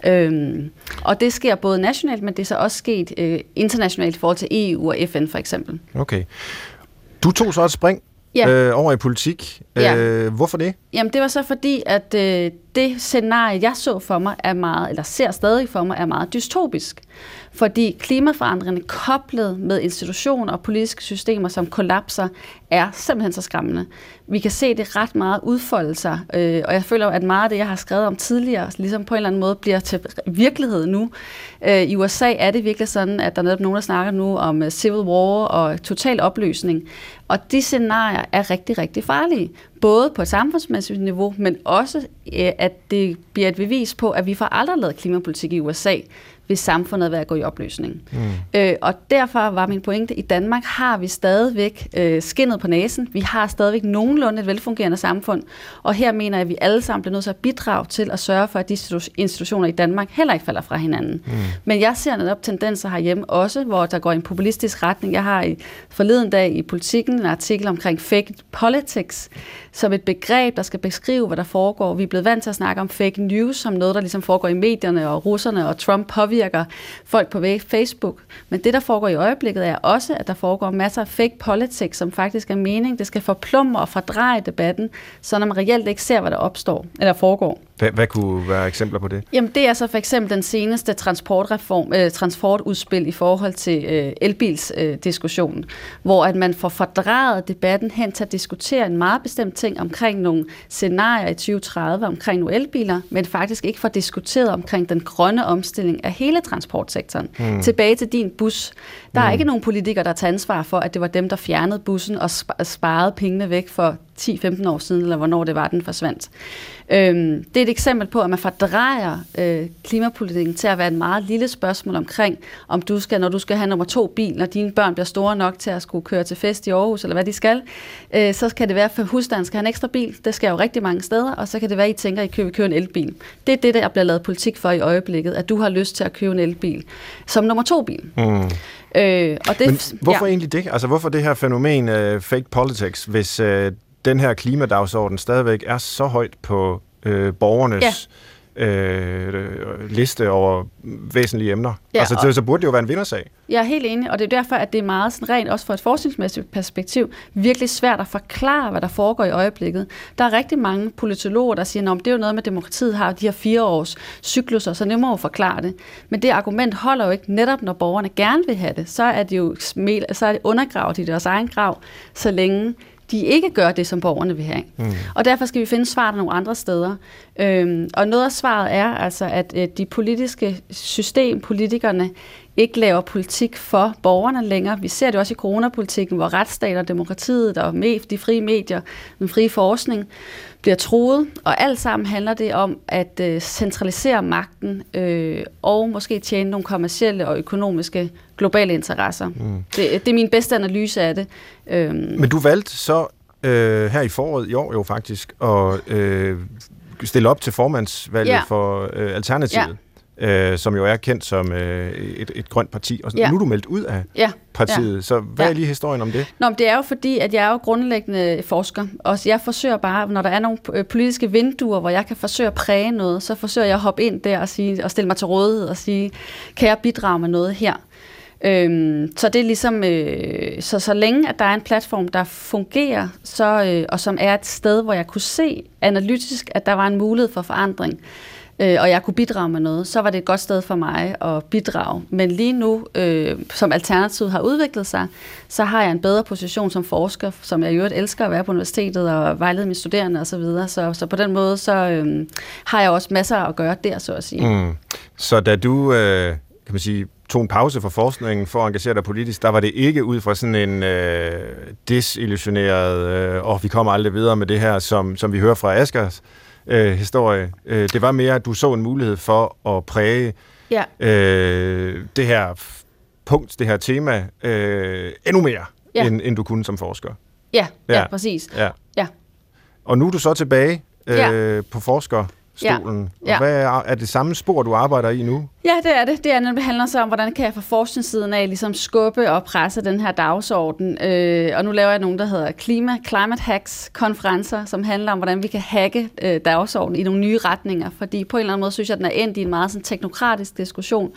Og det sker både nationalt, men det er så også sket internationalt i forhold til EU og FN for eksempel. Okay. Du tog så et spring over i politik. Hvorfor det? Jamen det var så fordi, at det scenarie, jeg så for mig, ser stadig for mig, er meget dystopisk. Fordi klimaforandringerne koblet med institutioner og politiske systemer, som kollapser, er simpelthen så skræmmende. Vi kan se det ret meget udfolde sig, og jeg føler, at meget af det, jeg har skrevet om tidligere, ligesom på en eller anden måde bliver til virkelighed nu. I USA er det virkelig sådan, at der er netop nogen, der snakker nu om civil war og total opløsning. Og de scenarier er rigtig, rigtig farlige. Både på et samfundsmæssigt niveau, men også, at det bliver et bevis på, at vi får aldrig lavet klimapolitik i USA, hvis samfundet er ved at gå i opløsning. Og derfor var min pointe, i Danmark har vi stadigvæk skindet på næsen. Vi har stadigvæk nogenlunde et velfungerende samfund. Og her mener jeg, at vi alle sammen bliver nødt til at bidrage til at sørge for, at de institutioner i Danmark heller ikke falder fra hinanden. Men jeg ser netop tendenser herhjemme også, hvor der går en populistisk retning. Jeg har forleden dag i Politikken en artikel omkring fake politics, som et begreb, der skal beskrive, hvad der foregår. Vi er blevet vant til at snakke om fake news, som noget, der ligesom foregår i medierne, og russerne og Trump påvirker folk på Facebook. Men det, der foregår i øjeblikket, er også, at der foregår masser af fake politics, som faktisk er mening. Det skal forplumre og fordreje debatten, så når man reelt ikke ser, hvad der opstår eller foregår. Hvad kunne være eksempler på det? Jamen, det er så for eksempel den seneste transportudspil i forhold til elbilsdiskussionen, hvor at man får fordrejet debatten hen til at diskutere en meget bestemt ting omkring nogle scenarier i 2030 omkring nogle elbiler, men faktisk ikke får diskuteret omkring den grønne omstilling af hele transportsektoren. Tilbage til din bus. Der er ikke nogen politikere, der tager ansvar for, at det var dem, der fjernede bussen og sparede pengene væk for 10-15 år siden, eller hvornår det var, den forsvandt. Det er et eksempel på, at man fordrejer klimapolitikken til at være et meget lille spørgsmål omkring, om du skal, når du skal have nummer 2 bil, når dine børn bliver store nok til at skulle køre til fest i Aarhus, eller hvad de skal, så kan det være, for husstanden skal have en ekstra bil. Det skal jo rigtig mange steder, og så kan det være, at I tænker, at I køber en elbil. Det er det, der bliver lavet politik for i øjeblikket, at du har lyst til at købe en elbil som nummer 2 bil. Og det, men hvorfor egentlig det? Altså hvorfor det her fænomen fake politics, hvis den her klimadagsorden stadigvæk er så højt på borgernes liste over væsentlige emner? Ja, altså så burde det jo være en vindersag. Jeg er helt enig, og det er derfor, at det er meget sådan rent, også fra et forskningsmæssigt perspektiv, virkelig svært at forklare, hvad der foregår i øjeblikket. Der er rigtig mange politologer, der siger, at det er jo noget med, demokratiet har de her 4 års cykluser, så det må jo forklare det. Men det argument holder jo ikke, netop når borgerne gerne vil have det, så er det jo undergravet i deres egen grav, så længe de ikke gør det, som borgerne vil have. Og derfor skal vi finde svaret nogle andre steder. Og noget af svaret er altså, at de politiske politikerne, ikke laver politik for borgerne længere. Vi ser det også i coronapolitikken, hvor retsstaten og demokratiet og de frie medier, den frie forskning bliver truet, og alt sammen handler det om at centralisere magten og måske tjene nogle kommercielle og økonomiske globale interesser. Det er min bedste analyse af det. Men du valgte så her i foråret i år jo faktisk at stille op til formandsvalget for Alternativet. Som jo er kendt som et grønt parti, og nu er du meldt ud af partiet, så hvad er lige historien om det? Nå, men det er jo fordi, at jeg er jo grundlæggende forsker, og jeg forsøger bare, når der er nogle politiske vinduer, hvor jeg kan forsøge at præge noget, så forsøger jeg at hoppe ind der og stille mig til rådighed og sige, kan jeg bidrage med noget her? Så det er ligesom, så længe at der er en platform, der fungerer, og som er et sted, hvor jeg kunne se analytisk, at der var en mulighed for forandring, og jeg kunne bidrage med noget, så var det et godt sted for mig at bidrage. Men lige nu, som Alternativet har udviklet sig, så har jeg en bedre position som forsker, som jeg i øvrigt elsker at være på universitetet og vejlede mine studerende osv. Så på den måde, så har jeg også masser at gøre der, så at sige. Så da du, kan man sige, tog en pause fra forskningen for at engagere dig politisk, der var det ikke ud fra sådan en desillusioneret, vi kommer aldrig videre med det her, som vi hører fra Asgers historie. Det var mere, at du så en mulighed for at præge det her punkt, det her tema, endnu mere, end du kunne som forsker. Ja, præcis. Ja. Og nu er du så tilbage på forskerstolen. Hvad er det samme spor, du arbejder i nu? Ja, det er det. Det handler så om, hvordan kan jeg fra forskningssiden af ligesom skubbe og presse den her dagsorden. Og nu laver jeg nogle, der hedder Climate Hacks konferencer, som handler om, hvordan vi kan hacke dagsordenen i nogle nye retninger. Fordi på en eller anden måde synes jeg, at den er endt i en meget sådan teknokratisk diskussion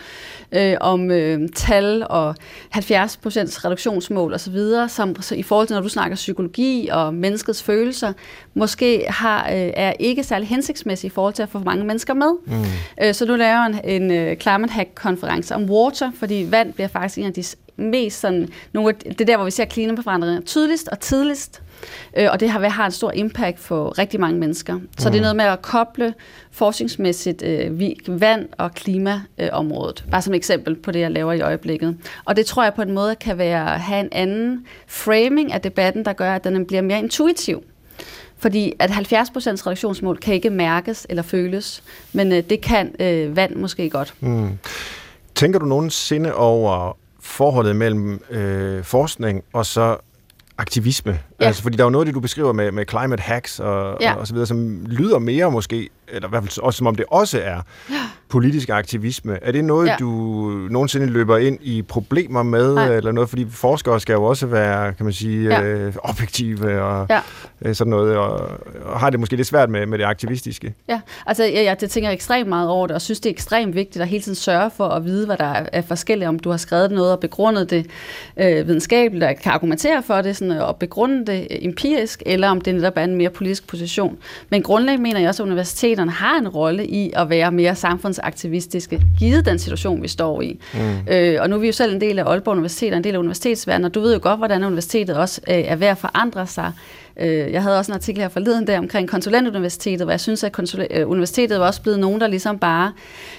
om tal og 70% reduktionsmål osv., som i forhold til, når du snakker psykologi og menneskets følelser, måske er ikke særlig hensigtsmæssigt i forhold til at få mange mennesker med. Så nu laver jeg en Climate Hack-konference om water, fordi vand bliver faktisk en af de mest sådan, det er der, hvor vi ser klimaforandringer tydeligst og tidligst, og det har en stor impact på rigtig mange mennesker. Så det er noget med at koble forskningsmæssigt vand- og klimaområdet, bare som eksempel på det, jeg laver i øjeblikket. Og det tror jeg på en måde kan have en anden framing af debatten, der gør, at den bliver mere intuitiv. Fordi at 70% reduktionsmål kan ikke mærkes eller føles, men det kan vand måske godt. Tænker du nogensinde over forholdet mellem forskning og så aktivisme? Ja. Altså, fordi der er jo noget af det, du beskriver med climate hacks og så videre, som lyder mere måske, eller i hvert fald også, som om det også er politisk aktivisme. Er det noget, du nogensinde løber ind i problemer med, eller noget? Fordi forskere skal jo også være, kan man sige, objektive og sådan noget, og har det måske lidt svært med det aktivistiske. Ja, altså jeg tænker ekstremt meget over det, og synes, det er ekstremt vigtigt at hele tiden sørge for at vide, hvad der er forskelligt, om du har skrevet noget og begrundet det videnskabeligt, og kan argumentere for det, sådan, og begrunde det empirisk, eller om det netop er en mere politisk position. Men grundlæggende mener jeg også, at universiteterne har en rolle i at være mere samfundsaktivistiske, givet den situation, vi står i. Og nu er vi jo selv en del af Aalborg Universitet, en del af universitetsverdenen, og du ved jo godt, hvordan universitetet også er ved at forandre sig. Jeg havde også en artikel her forleden der omkring konsulentuniversitetet, hvor jeg synes, at universitetet er også blevet nogen, der ligesom bare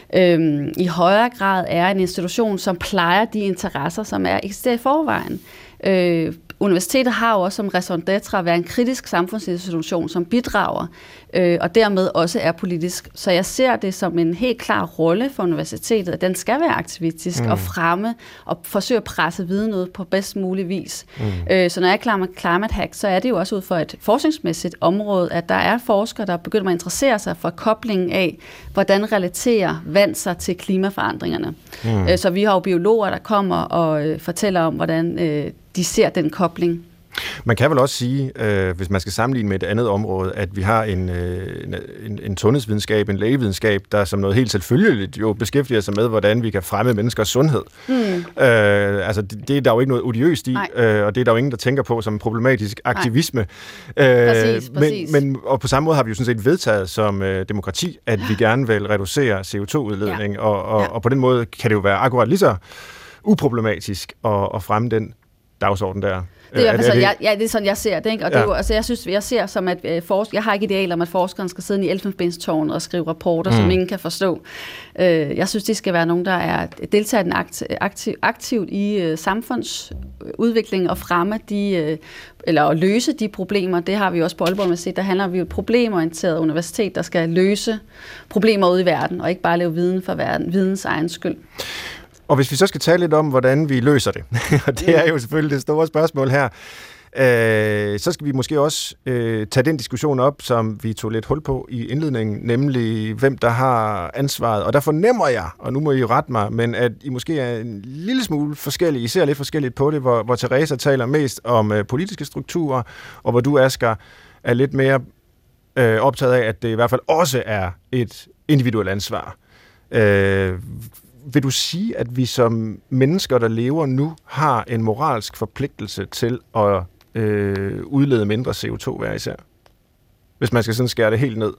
i højere grad er en institution, som plejer de interesser, som eksisterer i forvejen. Universitetet har jo også som raison d'être at være en kritisk samfundsinstitution, som bidrager, og dermed også er politisk. Så jeg ser det som en helt klar rolle for universitetet, at den skal være aktivistisk og fremme og forsøge at presse viden ud på bedst mulig vis. Så når jeg er klar med Climate Hack, så er det jo også ud for et forskningsmæssigt område, at der er forskere, der begynder at interessere sig for koblingen af, hvordan relaterer vand sig til klimaforandringerne. Så vi har jo biologer, der kommer og fortæller om, hvordan de ser den kobling. Man kan vel også sige, hvis man skal sammenligne med et andet område, at vi har en sundhedsvidenskab, en lægevidenskab, der som noget helt selvfølgeligt jo beskæftiger sig med, hvordan vi kan fremme menneskers sundhed. Altså det er der jo ikke noget odiøst i, og det er der jo ingen, der tænker på som problematisk aktivisme. Præcis. Men og på samme måde har vi jo sådan set vedtaget som demokrati, at vi gerne vil reducere CO2-udledning, og på den måde kan det jo være akkurat lige så uproblematisk at fremme den dagsorden der. Det er det er sådan, jeg ser det, ikke? Og det er jo, altså, jeg ser som, at jeg har ikke idealer om, at forskeren skal sidde i elfenbenstårnet og skrive rapporter, som ingen kan forstå. Jeg synes, de skal være nogen, der er deltagende aktivt i samfundsudvikling og fremme eller at løse de problemer. Det har vi også på Aalborg Universitet. Der handler vi jo et problemorienteret universitet, der skal løse problemer ude i verden, og ikke bare lave viden for videns egen skyld. Og hvis vi så skal tale lidt om, hvordan vi løser det, og det er jo selvfølgelig det store spørgsmål her, så skal vi måske også tage den diskussion op, som vi tog lidt hul på i indledningen, nemlig hvem der har ansvaret. Og der fornemmer jeg, og nu må I rette mig, men at I måske er en lille smule forskellige. I ser lidt forskelligt på det, hvor Teresa taler mest om politiske strukturer, og hvor du, Asger, er lidt mere optaget af, at det i hvert fald også er et individuelt ansvar. Vil du sige, at vi som mennesker, der lever nu, har en moralsk forpligtelse til at udlede mindre CO2 hver især? Hvis man skal sådan skære det helt ned.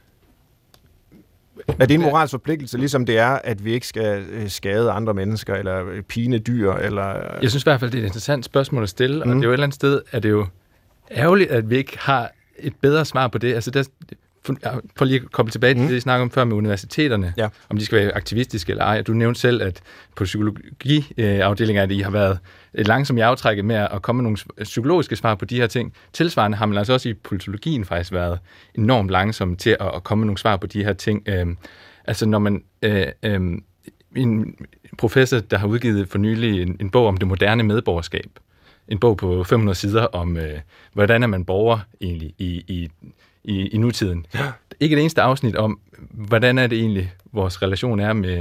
Er det en moralsk forpligtelse, ligesom det er, at vi ikke skal skade andre mennesker, eller pine dyr? Eller... Jeg synes i hvert fald, det er et interessant spørgsmål at stille, og det er jo et eller andet sted, at det jo ærgerligt, at vi ikke har et bedre svar på det. Altså, for lige at komme tilbage til det, vi snakkede om før med universiteterne, om de skal være aktivistiske eller ej. Du nævnte selv, at på psykologiafdelingen, at I har været langsomt i aftrækket med at komme med nogle psykologiske svar på de her ting. Tilsvarende har man altså også i politologien faktisk været enormt langsom til at komme med nogle svar på de her ting. Altså når man... en professor, der har udgivet for nylig en bog om det moderne medborgerskab, en bog på 500 sider om, hvordan er man borger egentlig i nutiden. Ja. Ikke det eneste afsnit om, hvordan er det egentlig, vores relation er med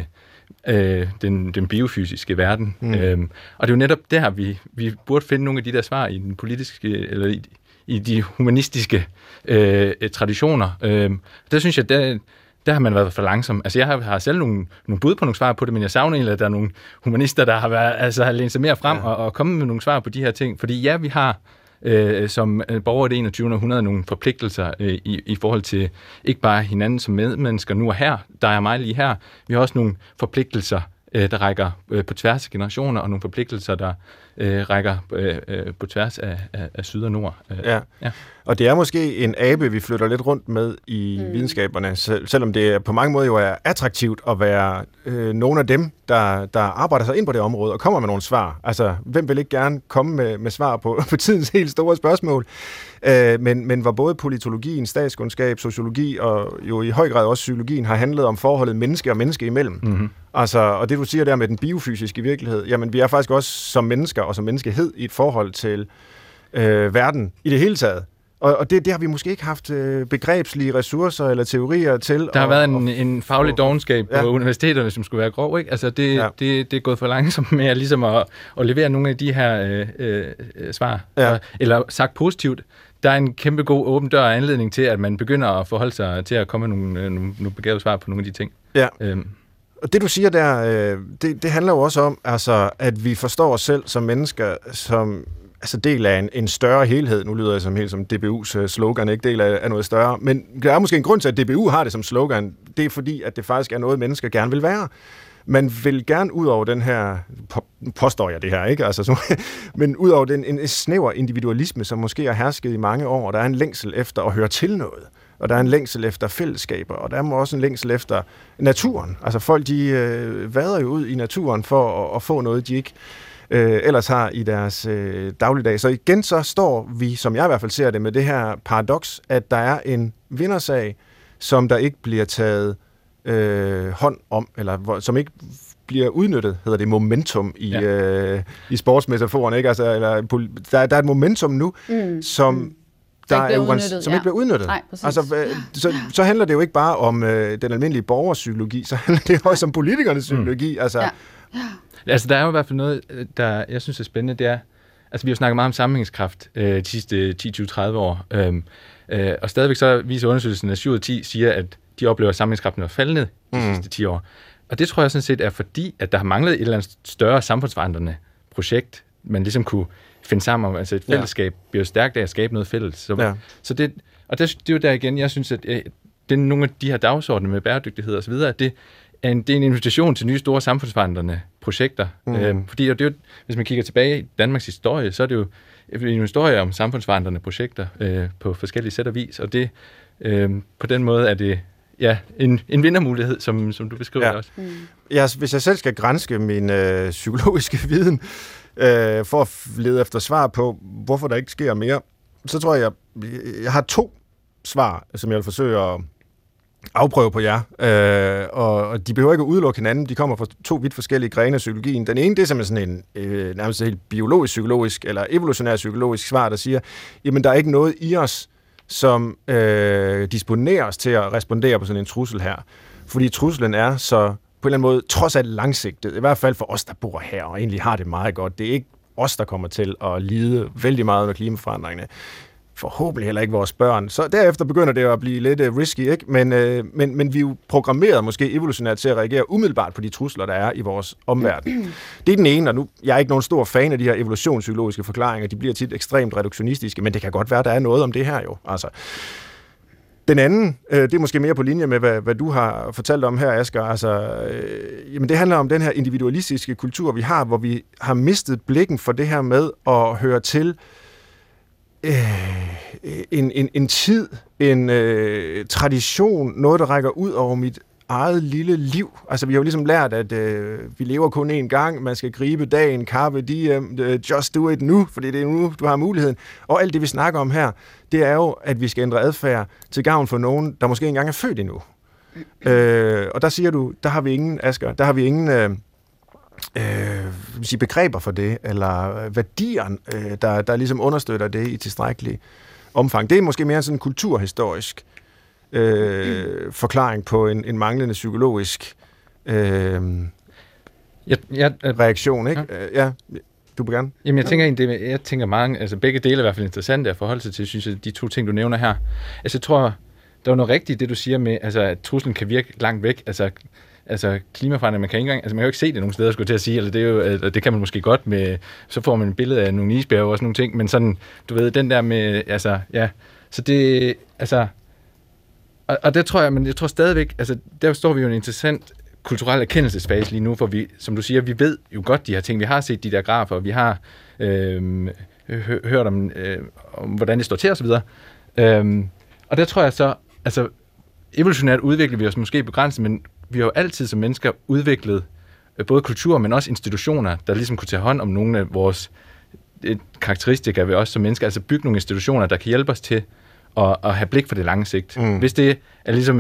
den biofysiske verden. Og det er jo netop der, vi burde finde nogle af de der svar i den politiske, eller i de humanistiske traditioner. Der synes jeg, der har man været for langsom. Altså, jeg har selv nogle bud på nogle svar på det, men jeg savner egentlig, at der er nogle humanister, der har lænet sig mere frem og kommet med nogle svar på de her ting. Fordi ja, vi har som borgere i det 21. århundrede nogle forpligtelser i forhold til ikke bare hinanden som medmennesker nu og her, der er mig lige her. Vi har også nogle forpligtelser, der rækker på tværs af generationer, og nogle forpligtelser, der rækker på tværs af syd og nord. Ja. Og det er måske en abe, vi flytter lidt rundt med i videnskaberne, selvom det på mange måder jo er attraktivt at være nogle af dem, der arbejder sig ind på det område og kommer med nogle svar. Altså, hvem vil ikke gerne komme med svar på tidens helt store spørgsmål? Men hvor både politologien, statskundskab, sociologi og jo i høj grad også psykologien har handlet om forholdet menneske og menneske imellem. Mm-hmm. Altså, og det du siger der med den biofysiske virkelighed, jamen vi er faktisk også som mennesker og som menneskehed i et forhold til verden i det hele taget. Og det har vi måske ikke haft begrebslige ressourcer eller teorier til. Der har været en faglig dovenskab på universiteterne, som skulle være grov, ikke? Altså det er gået for langsomt med ligesom at levere nogle af de her svar. Ja. Eller sagt positivt, der er en kæmpe god åben dør og anledning til, at man begynder at forholde sig til at komme med nogle begavede svar på nogle af de ting. Ja. Og det du siger der, det handler jo også om, altså, at vi forstår os selv som mennesker, som del af en større helhed. Nu lyder jeg som helt som DBU's slogan, ikke del af noget større. Men der er måske en grund til, at DBU har det som slogan. Det er fordi, at det faktisk er noget, mennesker gerne vil være. Man vil gerne ud over den her, påstår jeg det her, ikke? Altså, men ud over en snæver individualisme, som måske har hersket i mange år, og der er en længsel efter at høre til noget. Og der er en længsel efter fællesskaber, og der er også en længsel efter naturen. Altså folk, de vader jo ud i naturen for at få noget, de ikke ellers har i deres dagligdag. Så igen så står vi, som jeg i hvert fald ser det, med det her paradoks, at der er en vindersag, som der ikke bliver taget hånd om, eller som ikke bliver udnyttet, hedder det momentum i sportsmetaforen, ikke? Altså, der er et momentum nu, som ikke bliver udnyttet. Nej, altså, så handler det jo ikke bare om den almindelige borgerpsykologi, så handler det også om politikernes psykologi. Altså, Altså, der er jo i hvert fald noget, der jeg synes er spændende, det er, altså vi har jo snakket meget om sammenhængskraft de sidste 10-20-30 år, og stadigvæk så viser undersøgelsen, at 7 ud af 10 siger, at de oplever, at sammenhængskraften er faldet de sidste 10 år. Og det tror jeg sådan set er fordi, at der har manglet et eller andet større samfundsforandrende projekt, man ligesom kunne finde sammen om. Altså et fællesskab bliver jo stærkt af at skabe noget fælles. Så det er jo der igen, jeg synes, at det er nogle af de her dagsordner med bæredygtighed og så videre, at det er en invitation til nye store samfundsforandrende projekter. Fordi det er jo, hvis man kigger tilbage i Danmarks historie, så er det jo en historie om samfundsforandrende projekter på forskellige sæt og vis, og det på den måde er det en vindermulighed, som du beskriver også. Hvis jeg selv skal granske min psykologiske viden for at lede efter svar på, hvorfor der ikke sker mere, så tror jeg har 2 svar, som jeg vil forsøge at afprøve på jer, og de behøver ikke at udelukke hinanden, de kommer fra 2 vidt forskellige grene af psykologien. Den ene, det er simpelthen sådan en nærmest helt biologisk-psykologisk eller evolutionær-psykologisk svar, der siger, jamen der er ikke noget i os, som disponerer os til at respondere på sådan en trussel her. Fordi truslen er så på en eller anden måde trods alt langsigtet, i hvert fald for os, der bor her og egentlig har det meget godt. Det er ikke os, der kommer til at lide vældig meget under klimaforandringerne. Forhåbentlig heller ikke vores børn. Så derefter begynder det at blive lidt risky, ikke? Men vi er jo programmeret måske evolutionært til at reagere umiddelbart på de trusler, der er i vores omverden. Det er den ene, og nu jeg er ikke nogen stor fan af de her evolutionspsykologiske forklaringer. De bliver tit ekstremt reduktionistiske, men det kan godt være, der er noget om det her jo. Altså. Den anden, det er måske mere på linje med, hvad du har fortalt om her, Asger. Altså, jamen det handler om den her individualistiske kultur, vi har, hvor vi har mistet blikken for det her med at høre til en tid, en tradition, noget, der rækker ud over mit eget lille liv. Altså, vi har jo ligesom lært, at vi lever kun én gang, man skal gribe dagen, carpe diem, just do it nu, fordi det er nu, du har muligheden. Og alt det, vi snakker om her, det er jo, at vi skal ændre adfærd til gavn for nogen, der måske ikke engang er født endnu. Og der siger du, der har vi ingen, Asger, der har vi ingen begreber for det, eller værdier, der ligesom understøtter det i tilstrækkelig omfang. Det er måske mere sådan en kulturhistorisk forklaring på en manglende psykologisk reaktion, ikke? Ja, du vil gerne. Jamen, jeg tænker mange, altså begge dele er i hvert fald interessante at forholde sig til, synes jeg, de 2 ting, du nævner her. Altså, jeg tror, der er noget rigtigt, det du siger med, altså, at truslen kan virke langt væk, altså klimaforandring, man kan ikke engang, altså man kan jo ikke se det nogen steder, skulle til at sige, eller det er jo, det kan man måske godt med, så får man et billede af nogle isbjerge og sådan nogle ting, men sådan, du ved, den der med, altså, ja, så det, altså, og der tror jeg, men jeg tror stadigvæk, altså, der står vi jo en interessant kulturel erkendelsesfase lige nu, for vi, som du siger, vi ved jo godt de her ting, vi har set de der grafer, og vi har hørt om hvordan det står til, og så videre. Og der tror jeg så, altså, evolutionært udvikler vi os måske begrænset, men vi har jo altid som mennesker udviklet både kultur, men også institutioner, der ligesom kunne tage hånd om nogle af vores karakteristika ved os som mennesker, altså bygge nogle institutioner, der kan hjælpe os til at have blik for det lange sigt. Hvis det er ligesom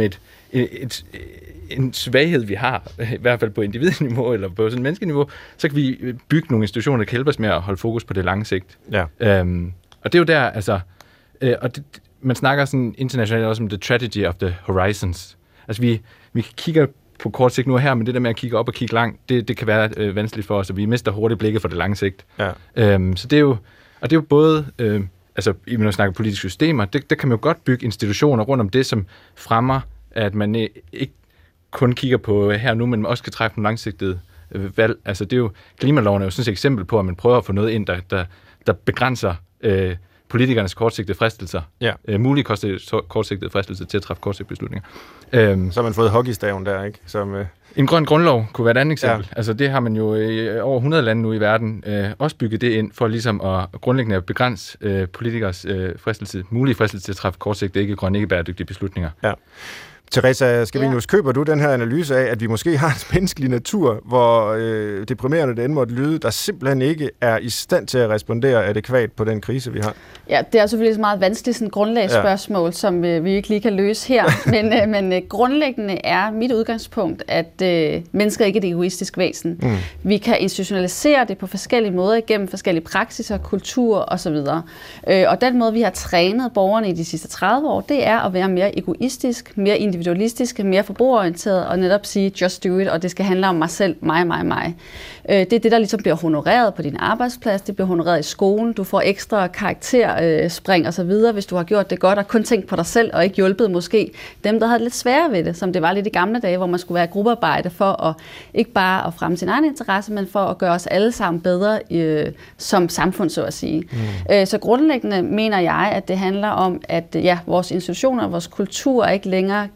en svaghed, vi har, i hvert fald på individniveau eller på sådan et menneskeniveau, så kan vi bygge nogle institutioner, der kan hjælpe os med at holde fokus på det lange sigt. Ja. Og det er jo der, altså, og man snakker sådan internationalt også om the tragedy of the horizons. Altså vi kigger på kort sigt nu her, men det der med at kigge op og kigge langt, det kan være vanskeligt for os, og vi mister hurtigt blikket for det lange sigt. Ja. Så det er jo, og det er jo både, altså når man snakker politiske systemer, der kan man jo godt bygge institutioner rundt om det, som fremmer, at man ikke kun kigger på her nu, men også kan træffe nogle langsigtede valg. Altså det er jo, klimaloven er jo sådan et eksempel på, at man prøver at få noget ind, der begrænser politikernes kortsigtede fristelser, mulige kortsigtede fristelser til at træffe kortsigtede beslutninger. Så har man fået hockeystaven der, ikke? Som, En grøn grundlov kunne være et andet eksempel. Ja. Altså det har man jo i over 100 lande nu i verden også bygget det ind for ligesom at grundlæggende begrænse politikers mulige fristelse til at træffe kortsigtede, ikke grønne, ikke bæredygtige beslutninger. Ja. Teresa Scavenius, køber du den her analyse af, at vi måske har en menneskelig natur, hvor deprimerende det end måtte lyde, der simpelthen ikke er i stand til at respondere adekvat på den krise, vi har? Ja, det er selvfølgelig et meget vanskeligt sådan grundlagsspørgsmål, som vi ikke lige kan løse her. Men grundlæggende er mit udgangspunkt, at mennesker ikke er et egoistisk væsen. Vi kan institutionalisere det på forskellige måder igennem forskellige praksiser, kultur osv. Og den måde, vi har trænet borgerne i de sidste 30 år, det er at være mere egoistisk, mere individualistiske, mere forbrugerorienteret og netop sige, just do it, og det skal handle om mig selv, mig. Det er det, der ligesom bliver honoreret på din arbejdsplads, det bliver honoreret i skolen, du får ekstra karakterspring og så videre, hvis du har gjort det godt og kun tænkt på dig selv og ikke hjulpet måske dem, der havde lidt sværere ved det, som det var lidt i gamle dage, hvor man skulle være i gruppearbejde for at ikke bare at fremme sin egen interesse, men for at gøre os alle sammen bedre som samfund, så at sige. Så grundlæggende mener jeg, at det handler om, at vores institutioner, vores kultur ikke længere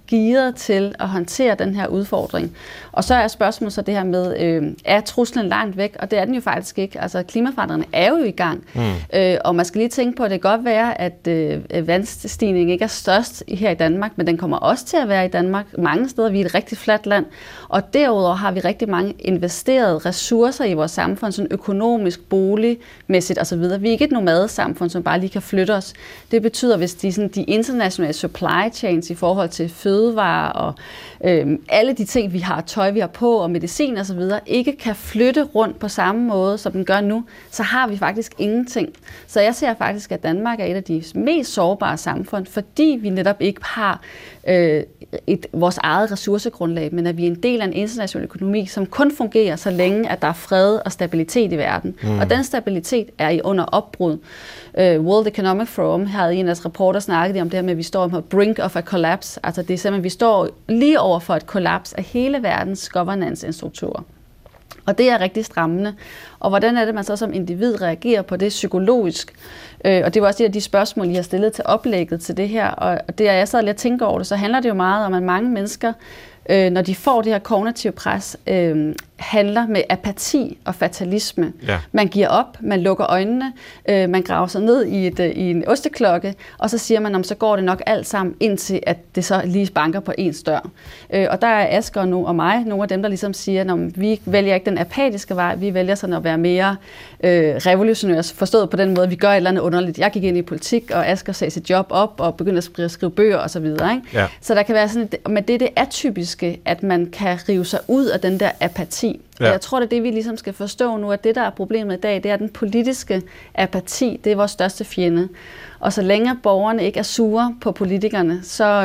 gearet til at håndtere den her udfordring. Og så er spørgsmålet så det her med, er truslen langt væk? Og det er den jo faktisk ikke. Altså klimaforandringerne er jo i gang. Og man skal lige tænke på, at det kan godt være, at vandstigningen ikke er størst her i Danmark, men den kommer også til at være i Danmark mange steder. Vi er et rigtig fladt land. Og derudover har vi rigtig mange investerede ressourcer i vores samfund, sådan økonomisk, boligmæssigt osv. Vi er ikke et nomadesamfund, som bare lige kan flytte os. Det betyder, hvis de internationale supply chains i forhold til fødevarer og alle de ting, vi har, tøj, vi har på og medicin og så videre, ikke kan flytte rundt på samme måde, som den gør nu, så har vi faktisk ingenting. Så jeg ser faktisk, at Danmark er et af de mest sårbare samfund, fordi vi netop ikke har vores eget ressourcegrundlag, men at vi er en del af en international økonomi, som kun fungerer, så længe at der er fred og stabilitet i verden. Og den stabilitet er under opbrud. World Economic Forum havde en af deres rapporter snakket om det her med, at vi står på brink of a collapse. Altså det er simpelthen, vi står lige over for et kollaps af hele verdens governance-strukturer. Og det er rigtig strammende. Og hvordan er det, man så som individ reagerer på det psykologisk? Og det var også et af de spørgsmål, I har stillet til oplægget til det her. Og det er jeg sad lidt og tænker over det, så handler det jo meget om, at mange mennesker, når de får det her kognitive pres, handler med apati og fatalisme. Ja. Man giver op, man lukker øjnene, man graver sig ned i en osteklokke, og så siger man, så går det nok alt sammen, indtil at det så lige banker på ens dør. Og der er Asger nu og mig, nogle af dem, der ligesom siger, at vi vælger ikke den apatiske vej, vi vælger sådan at være mere revolutionære, forstået på den måde, at vi gør et eller andet underligt. Jeg gik ind i politik, og Asger sagde sit job op, og begyndte at skrive bøger osv. Ja. Så der kan være sådan, men det er det atypiske, at man kan rive sig ud af den der apati. Ja. Og jeg tror, det er det, vi ligesom skal forstå nu, at det, der er problemet i dag, det er den politiske apati. Det er vores største fjende. Og så længe borgerne ikke er sure på politikerne,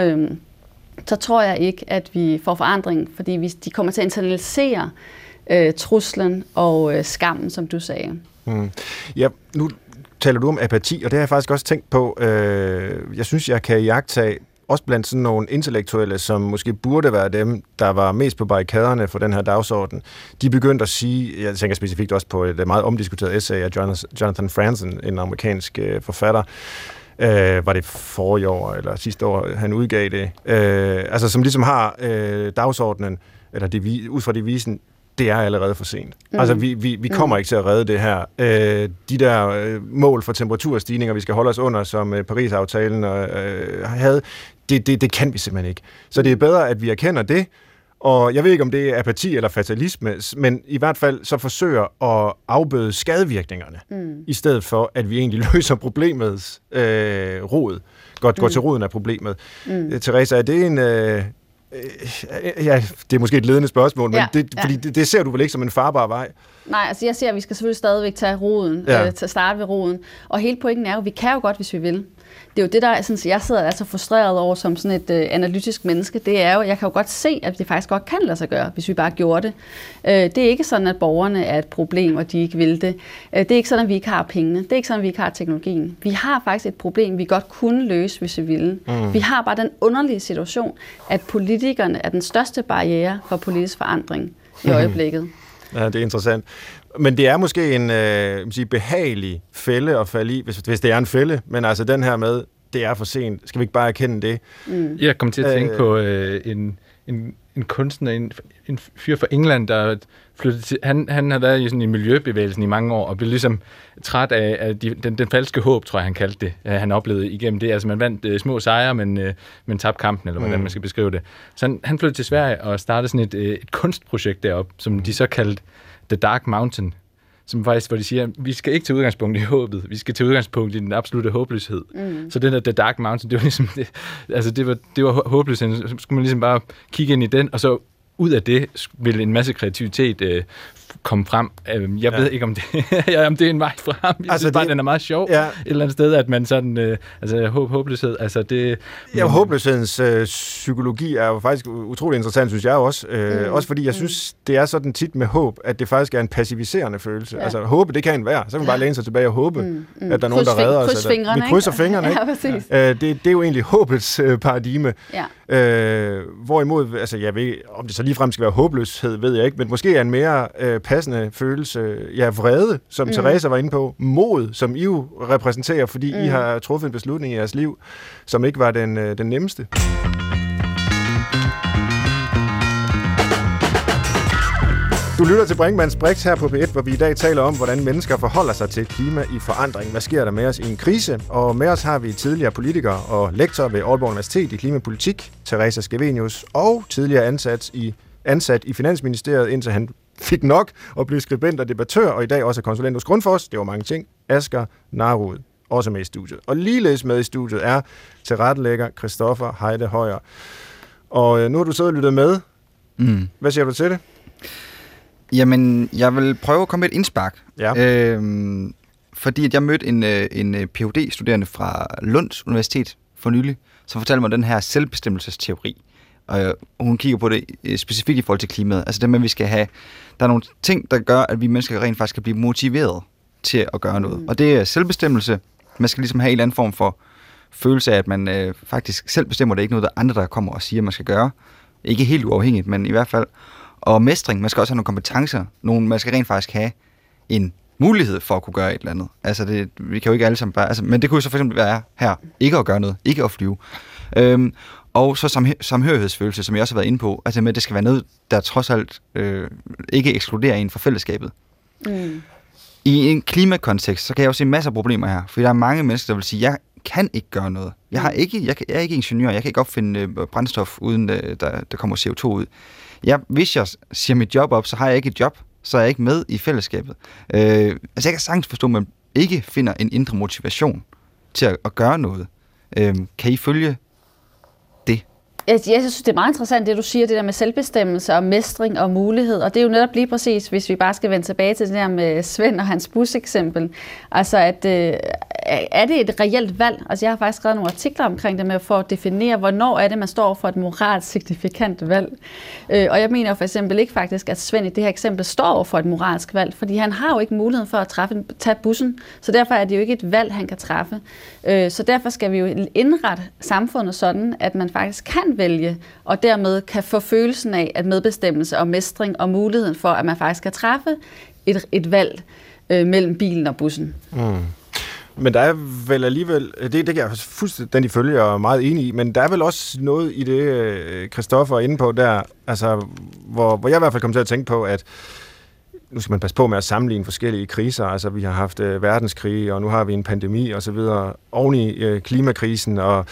så tror jeg ikke, at vi får forandring, fordi de kommer til at internalisere truslen og skammen, som du sagde. Ja, nu taler du om apati, og det har jeg faktisk også tænkt på. Jeg synes, jeg kan iagttage også blandt sådan nogle intellektuelle, som måske burde være dem, der var mest på barrikaderne for den her dagsorden. De begyndte at sige, jeg tænker specifikt også på et meget omdiskuteret essay af Jonathan Franzen, en amerikansk forfatter, var det forrige år eller sidste år, han udgav det, altså som ligesom har dagsordenen, eller ud fra devisen, det er allerede for sent. Altså, vi kommer ikke til at redde det her. De der mål for temperaturstigninger, vi skal holde os under, som Paris-aftalen havde, det kan vi simpelthen ikke. Så det er bedre, at vi erkender det, og jeg ved ikke, om det er apati eller fatalisme, men i hvert fald så forsøger at afbøde skadevirkningerne, i stedet for, at vi egentlig løser problemets rod. Går til roden af problemet. Teresa, er det en... ja, det er måske et ledende spørgsmål, men fordi det ser du vel ikke som en farbar vej? Nej, altså jeg ser, at vi skal selvfølgelig stadigvæk tage roden, til at starte ved roden. Og hele pointen er jo, at vi kan jo godt, hvis vi vil. Det er jo det, der sådan, jeg sidder altså frustreret over som sådan et analytisk menneske. Det er jo, jeg kan jo godt se, at det faktisk godt kan lade sig gøre, hvis vi bare gjorde det. Det er ikke sådan, at borgerne er et problem, og de ikke vil det. Det er ikke sådan, at vi ikke har pengene. Det er ikke sådan, at vi ikke har teknologien. Vi har faktisk et problem, vi godt kunne løse, hvis vi ville. Vi har bare den underlige situation, at politikerne er den største barriere for politisk forandring i øjeblikket. Ja, det er interessant. Men det er måske en behagelig fælde at falde i, hvis det er en fælde, men altså den her med, det er for sent. Skal vi ikke bare erkende det? Jeg kom til at tænke på en kunstner, en fyr fra England, der flyttede til, han har været i sådan en miljøbevægelsen i mange år, og blev ligesom træt af den falske håb, tror jeg, han kaldte det, han oplevede igennem det. Altså man vandt små sejre, men tabte kampen, eller hvordan man skal beskrive det. Så han flyttede til Sverige og startede sådan et kunstprojekt deroppe, som de så kaldte The Dark Mountain, som faktisk, hvor de siger, vi skal ikke tage udgangspunkt i håbet, vi skal tage udgangspunkt i den absolutte håbløshed. Så den der The Dark Mountain, det var ligesom det, altså det var håbløsheden, så skulle man ligesom bare kigge ind i den, og så ud af det ville en masse kreativitet komme frem. Jeg ved ikke, om det er en vej frem. Jeg synes bare, den er meget sjov. Et eller andet sted, at man sådan... håbløshed, altså det... Ja, håbløshedens psykologi er jo faktisk utrolig interessant, synes jeg også. Også fordi jeg synes, det er sådan tit med håb, at det faktisk er en passiviserende følelse. Altså håbe, det kan være. Så kan man bare læne sig tilbage og håbe, at der er nogen, der redder os. Vi krydser fingrene, ikke? Det er jo egentlig håbets paradigme. Hvorimod, altså jeg ved, om det så ligefrem skal være håbløshed, ved jeg ikke, men måske er en mere passende følelse, vrede, som Teresa var inde på, mod, som I jo repræsenterer, fordi I har truffet en beslutning i jeres liv, som ikke var den nemmeste. Du lytter til Brinkmanns Brix her på P1, hvor vi i dag taler om, hvordan mennesker forholder sig til klima i forandring. Hvad sker der med os i en krise? Og med os har vi tidligere politiker og lektor ved Aalborg Universitet i klimapolitik, Teresa Scavenius, og tidligere ansat i Finansministeriet, indtil han fik nok og blev skribent og debattør, og i dag også konsulent hos Grundfos. Det var mange ting. Asger Narud, også med i studiet. Og ligeledes med i studiet er tilrettelægger Christoffer Heide Højer. Og nu har du siddet og lyttet med. Hvad siger du til det? Jamen, jeg vil prøve at komme med et indspark. Ja. Fordi at jeg mødte en Ph.D.-studerende fra Lunds Universitet for nylig, som fortalte mig den her selvbestemmelsesteori. Og hun kigger på det specifikt i forhold til klimaet. Altså det med, at vi skal have... Der er nogle ting, der gør, at vi mennesker rent faktisk kan blive motiveret til at gøre noget. Og det er selvbestemmelse. Man skal ligesom have en eller anden form for følelse af, at man faktisk selv bestemmer det. Ikke noget, der andre, der kommer og siger, at man skal gøre. Ikke helt uafhængigt, men i hvert fald. Og mestring, man skal også have nogle kompetencer. Man skal rent faktisk have en mulighed for at kunne gøre et eller andet. Altså vi kan jo ikke alle sammen bare... Altså, men det kunne jo så for eksempel være her. Ikke at gøre noget. Ikke at flyve. Og så samhørighedsfølelse, som jeg også har været inde på. Altså med, at det skal være noget, der trods alt ikke ekskluderer en fra fællesskabet. I en klimakontekst, så kan jeg jo se masser af problemer her. For der er mange mennesker, der vil sige, jeg kan ikke gøre noget. Jeg er ikke ingeniør. Jeg kan ikke opfinde brændstof, uden der kommer CO2 ud. Hvis jeg siger mit job op, så har jeg ikke et job. Så er jeg ikke med i fællesskabet. Jeg kan sagtens forstå, at man ikke finder en indre motivation til at gøre noget. Kan I følge det? Jeg synes, det er meget interessant, det du siger, det der med selvbestemmelse og mestring og mulighed. Og det er jo netop lige præcis, hvis vi bare skal vende tilbage til det der med Svend og hans bus-eksempel. Altså, er det et reelt valg? Altså, jeg har faktisk skrevet nogle artikler omkring det med for at definere, hvornår er det, man står for et moralsk signifikant valg. Og jeg mener for eksempel ikke faktisk, at Svend i det her eksempel står for et moralsk valg, fordi han har jo ikke muligheden for at tage bussen. Så derfor er det jo ikke et valg, han kan træffe. Så derfor skal vi jo indrette samfundet sådan, at man faktisk kan vælge, og dermed kan få følelsen af, at medbestemmelse og mestring og muligheden for, at man faktisk kan træffe et valg mellem bilen og bussen. Men der er vel alligevel, det kan jeg fuldstændig følge og er meget enig i, men der er vel også noget i det, Christoffer er inde på der, altså, hvor jeg i hvert fald kom til at tænke på, at nu skal man passe på med at sammenligne forskellige kriser. Altså, vi har haft verdenskrig, og nu har vi en pandemi og så videre oven i klimakrisen, og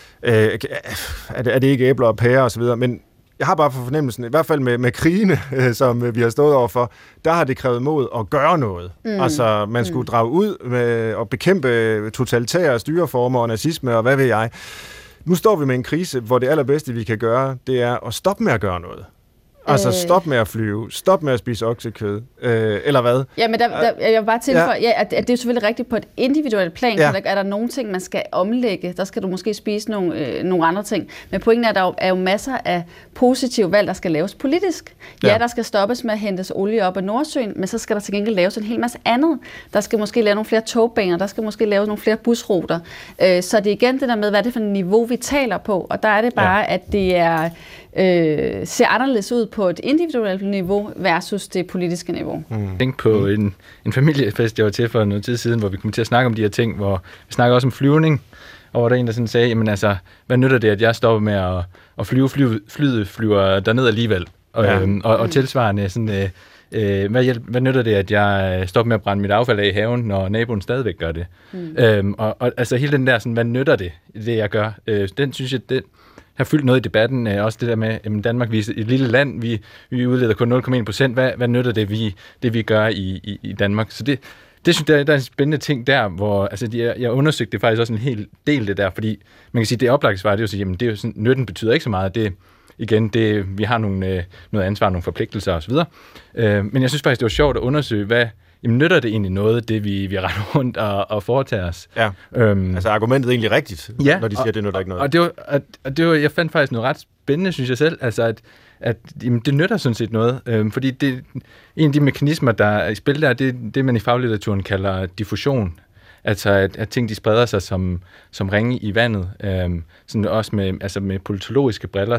er det ikke æbler og pærer og så videre, men jeg har bare for fornemmelsen, i hvert fald med krigene, som vi har stået overfor, der har det krævet mod at gøre noget. Altså, man skulle drage ud med at bekæmpe totalitære styreformer og nazisme og hvad ved jeg. Nu står vi med en krise, hvor det allerbedste, vi kan gøre, det er at stoppe med at gøre noget. Altså stop med at flyve, stop med at spise oksekød, eller hvad? Ja, men jeg vil bare tilføje, at det er selvfølgelig rigtigt på et individuelt plan, så er der nogle ting, man skal omlægge, der skal du måske spise nogle andre ting. Men pointen er, at der er jo masser af positive valg, der skal laves politisk. Ja, der skal stoppes med at hentes olie op af Nordsøen, men så skal der til gengæld laves en hel masse andet. Der skal måske lave nogle flere togbaner, der skal måske laves nogle flere busruter. Så det er igen det der med, hvad det er for et niveau, vi taler på, og der er det bare, at det er... ser anderledes ud på et individuelt niveau versus det politiske niveau. Tænk på en familiefest, jeg var til for noget tid siden, hvor vi kom til at snakke om de her ting, hvor vi snakker også om flyvning, og hvor der en, der sådan sagde, jamen altså, hvad nytter det, at jeg stopper med at flyet flyver derned alligevel? Og tilsvarende sådan... hvad nytter det, at jeg stopper med at brænde mit affald af i haven, når naboen stadigvæk gør det? Og altså hele den der, sådan, hvad nytter det jeg gør? Den synes jeg, det har fyldt noget i debatten. Også det der med, at Danmark, vi er et lille land, vi udleder kun 0,1%. Hvad nytter det vi gør i Danmark? Så det synes jeg, der er en spændende ting der, hvor altså, jeg undersøgte det faktisk også en hel del det der, fordi man kan sige, det oplagte svar, det er jo at sige, jamen det er jo sådan, nytten betyder ikke så meget. Vi har noget ansvar, nogle forpligtelser osv. Men jeg synes faktisk, det var sjovt at undersøge, nytter det egentlig noget, det vi render rundt og foretager os? Ja, altså argumentet er egentlig rigtigt, når de siger, at det nytter ikke noget. Og det var, jeg fandt faktisk noget ret spændende, synes jeg selv, altså at jamen, det nytter sådan set noget, fordi det, en af de mekanismer, der er i spil der, det man i faglitteraturen kalder diffusion, altså at ting de spreder sig som ringe i vandet, sådan også med politologiske briller,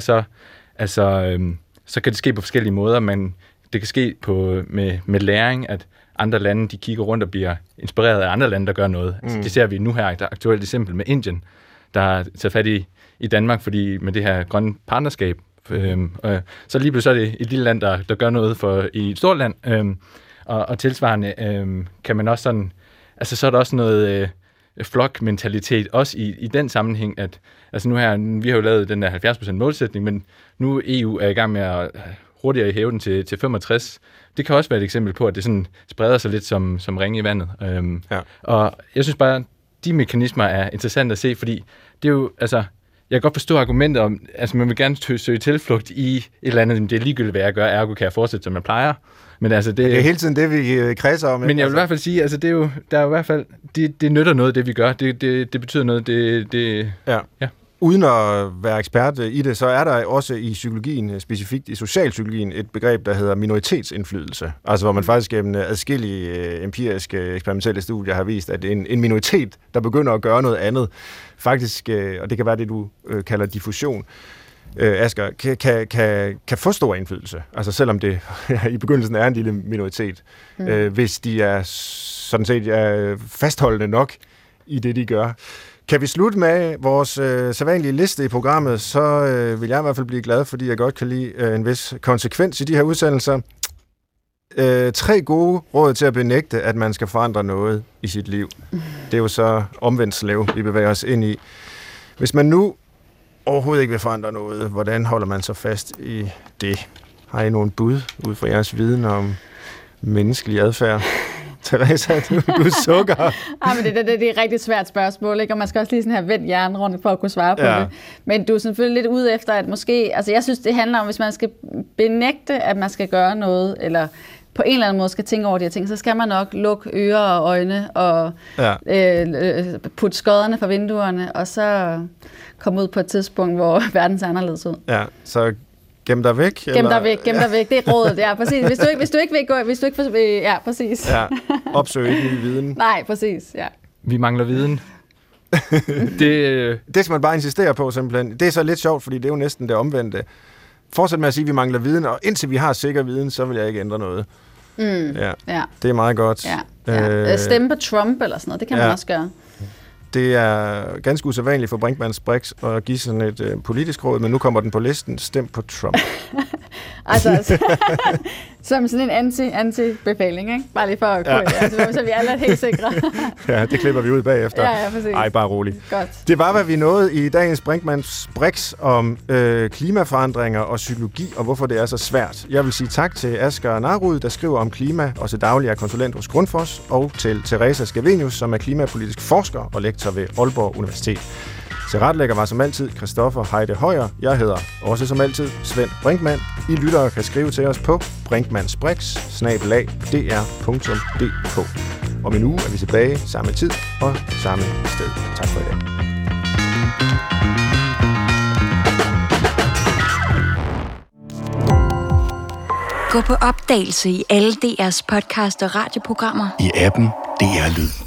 så kan det ske på forskellige måder, men det kan ske med læring, at andre lande, de kigger rundt og bliver inspireret af andre lande, der gør noget. Altså, det ser vi nu her, der er aktuelt eksempel med Indien, der tager fat i Danmark, fordi med det her grønne partnerskab Så lige pludselig er det et lille land, der gør noget i et stort land. Og tilsvarende kan man også sådan... Altså, så er der også noget flokmentalitet, også i den sammenhæng, at altså vi har jo lavet den der 70% målsætning, men nu EU er i gang med at hurtigere hæve den til 65. Det kan også være et eksempel på, at det sådan spreder sig lidt som ringe i vandet. Og jeg synes bare, at de mekanismer er interessante at se, fordi det er jo, altså, jeg kan godt forstå argumentet om, altså man vil gerne søge tilflugt i et eller andet, det er ligegyldigt, hvad jeg gør, ergo kan jeg fortsætte, som jeg plejer. Men altså, det er hele tiden det, vi kredser om. Men jeg vil i hvert fald sige, altså, det er jo, der er jo i hvert fald, det nytter noget, det vi gør. Det betyder noget. Ja. Uden at være ekspert i det, så er der også i psykologien, specifikt i socialpsykologien, et begreb, der hedder minoritetsindflydelse. Altså hvor man faktisk gennem adskillige empiriske eksperimentelle studier har vist, at en minoritet, der begynder at gøre noget andet, faktisk, og det kan være det, du kalder diffusion, Asger, kan få stor indflydelse. Altså selvom det i begyndelsen er en lille minoritet. Hvis de er sådan set fastholdende nok i det, de gør. Kan vi slutte med vores sædvanlige liste i programmet, så vil jeg i hvert fald blive glad, fordi jeg godt kan lide en vis konsekvens i de her udsendelser. 3 gode råd til at benægte, at man skal forandre noget i sit liv. Det er jo så omvendt slev, vi bevæger os ind i. Hvis man nu overhovedet ikke vil forandre noget, hvordan holder man så fast i det? Har I nogle bud ud fra jeres viden om menneskelig adfærd? Teresa, du sukker. Men det er et rigtig svært spørgsmål, ikke? Og man skal også lige sådan her vendt hjernen rundt for at kunne svare på det. Men du er selvfølgelig lidt ude efter, at måske... Altså jeg synes, det handler om, hvis man skal benægte, at man skal gøre noget, eller på en eller anden måde skal tænke over de her ting, så skal man nok lukke ører og øjne, og putte skodderne fra vinduerne, og så komme ud på et tidspunkt, hvor verden ser anderledes ud. Ja, så... Gem dig væk? Gem dig væk. Det er rådet, ja, præcis. Hvis du ikke vil gå, ja, præcis. Ja, opsøg ikke ny viden. Nej, præcis, ja. Vi mangler viden. Det skal man bare insistere på, simpelthen. Det er så lidt sjovt, fordi det er jo næsten det omvendte. Fortsæt med at sige, at vi mangler viden, og indtil vi har sikker viden, så vil jeg ikke ændre noget. Ja. Det er meget godt. Ja. Stemme på Trump eller sådan noget, det kan man også gøre. Det er ganske usædvanligt for Brinkmanns Brix at give sådan et politisk råd, men nu kommer den på listen. Stem på Trump. altså, som sådan en anti-befaling, ikke? Bare lige for at kunne, så vi alle er helt sikre. Ja, det klipper vi ud bagefter. Ja, præcis. Ej, bare rolig. Godt. Det var, hvad vi nåede i dagens Brinkmanns Brix om klimaforandringer og psykologi, og hvorfor det er så svært. Jeg vil sige tak til Asger Narud, der skriver om klima, og til daglig er konsulent hos Grundfos, og til Teresa Scavenius, som er klimapolitisk forsker og lektor ved Aalborg Universitet. Tilrettelægger var som altid Christoffer Heide Højer. Jeg hedder også som altid Svend Brinkmann. I lyttere kan skrive til os på brinkmannsbrix@dr.dk. Om en uge er vi tilbage samme tid og samme sted. Tak for i dag. Gå på opdagelse i alle DR's podcast og radioprogrammer. I appen DR Lyd.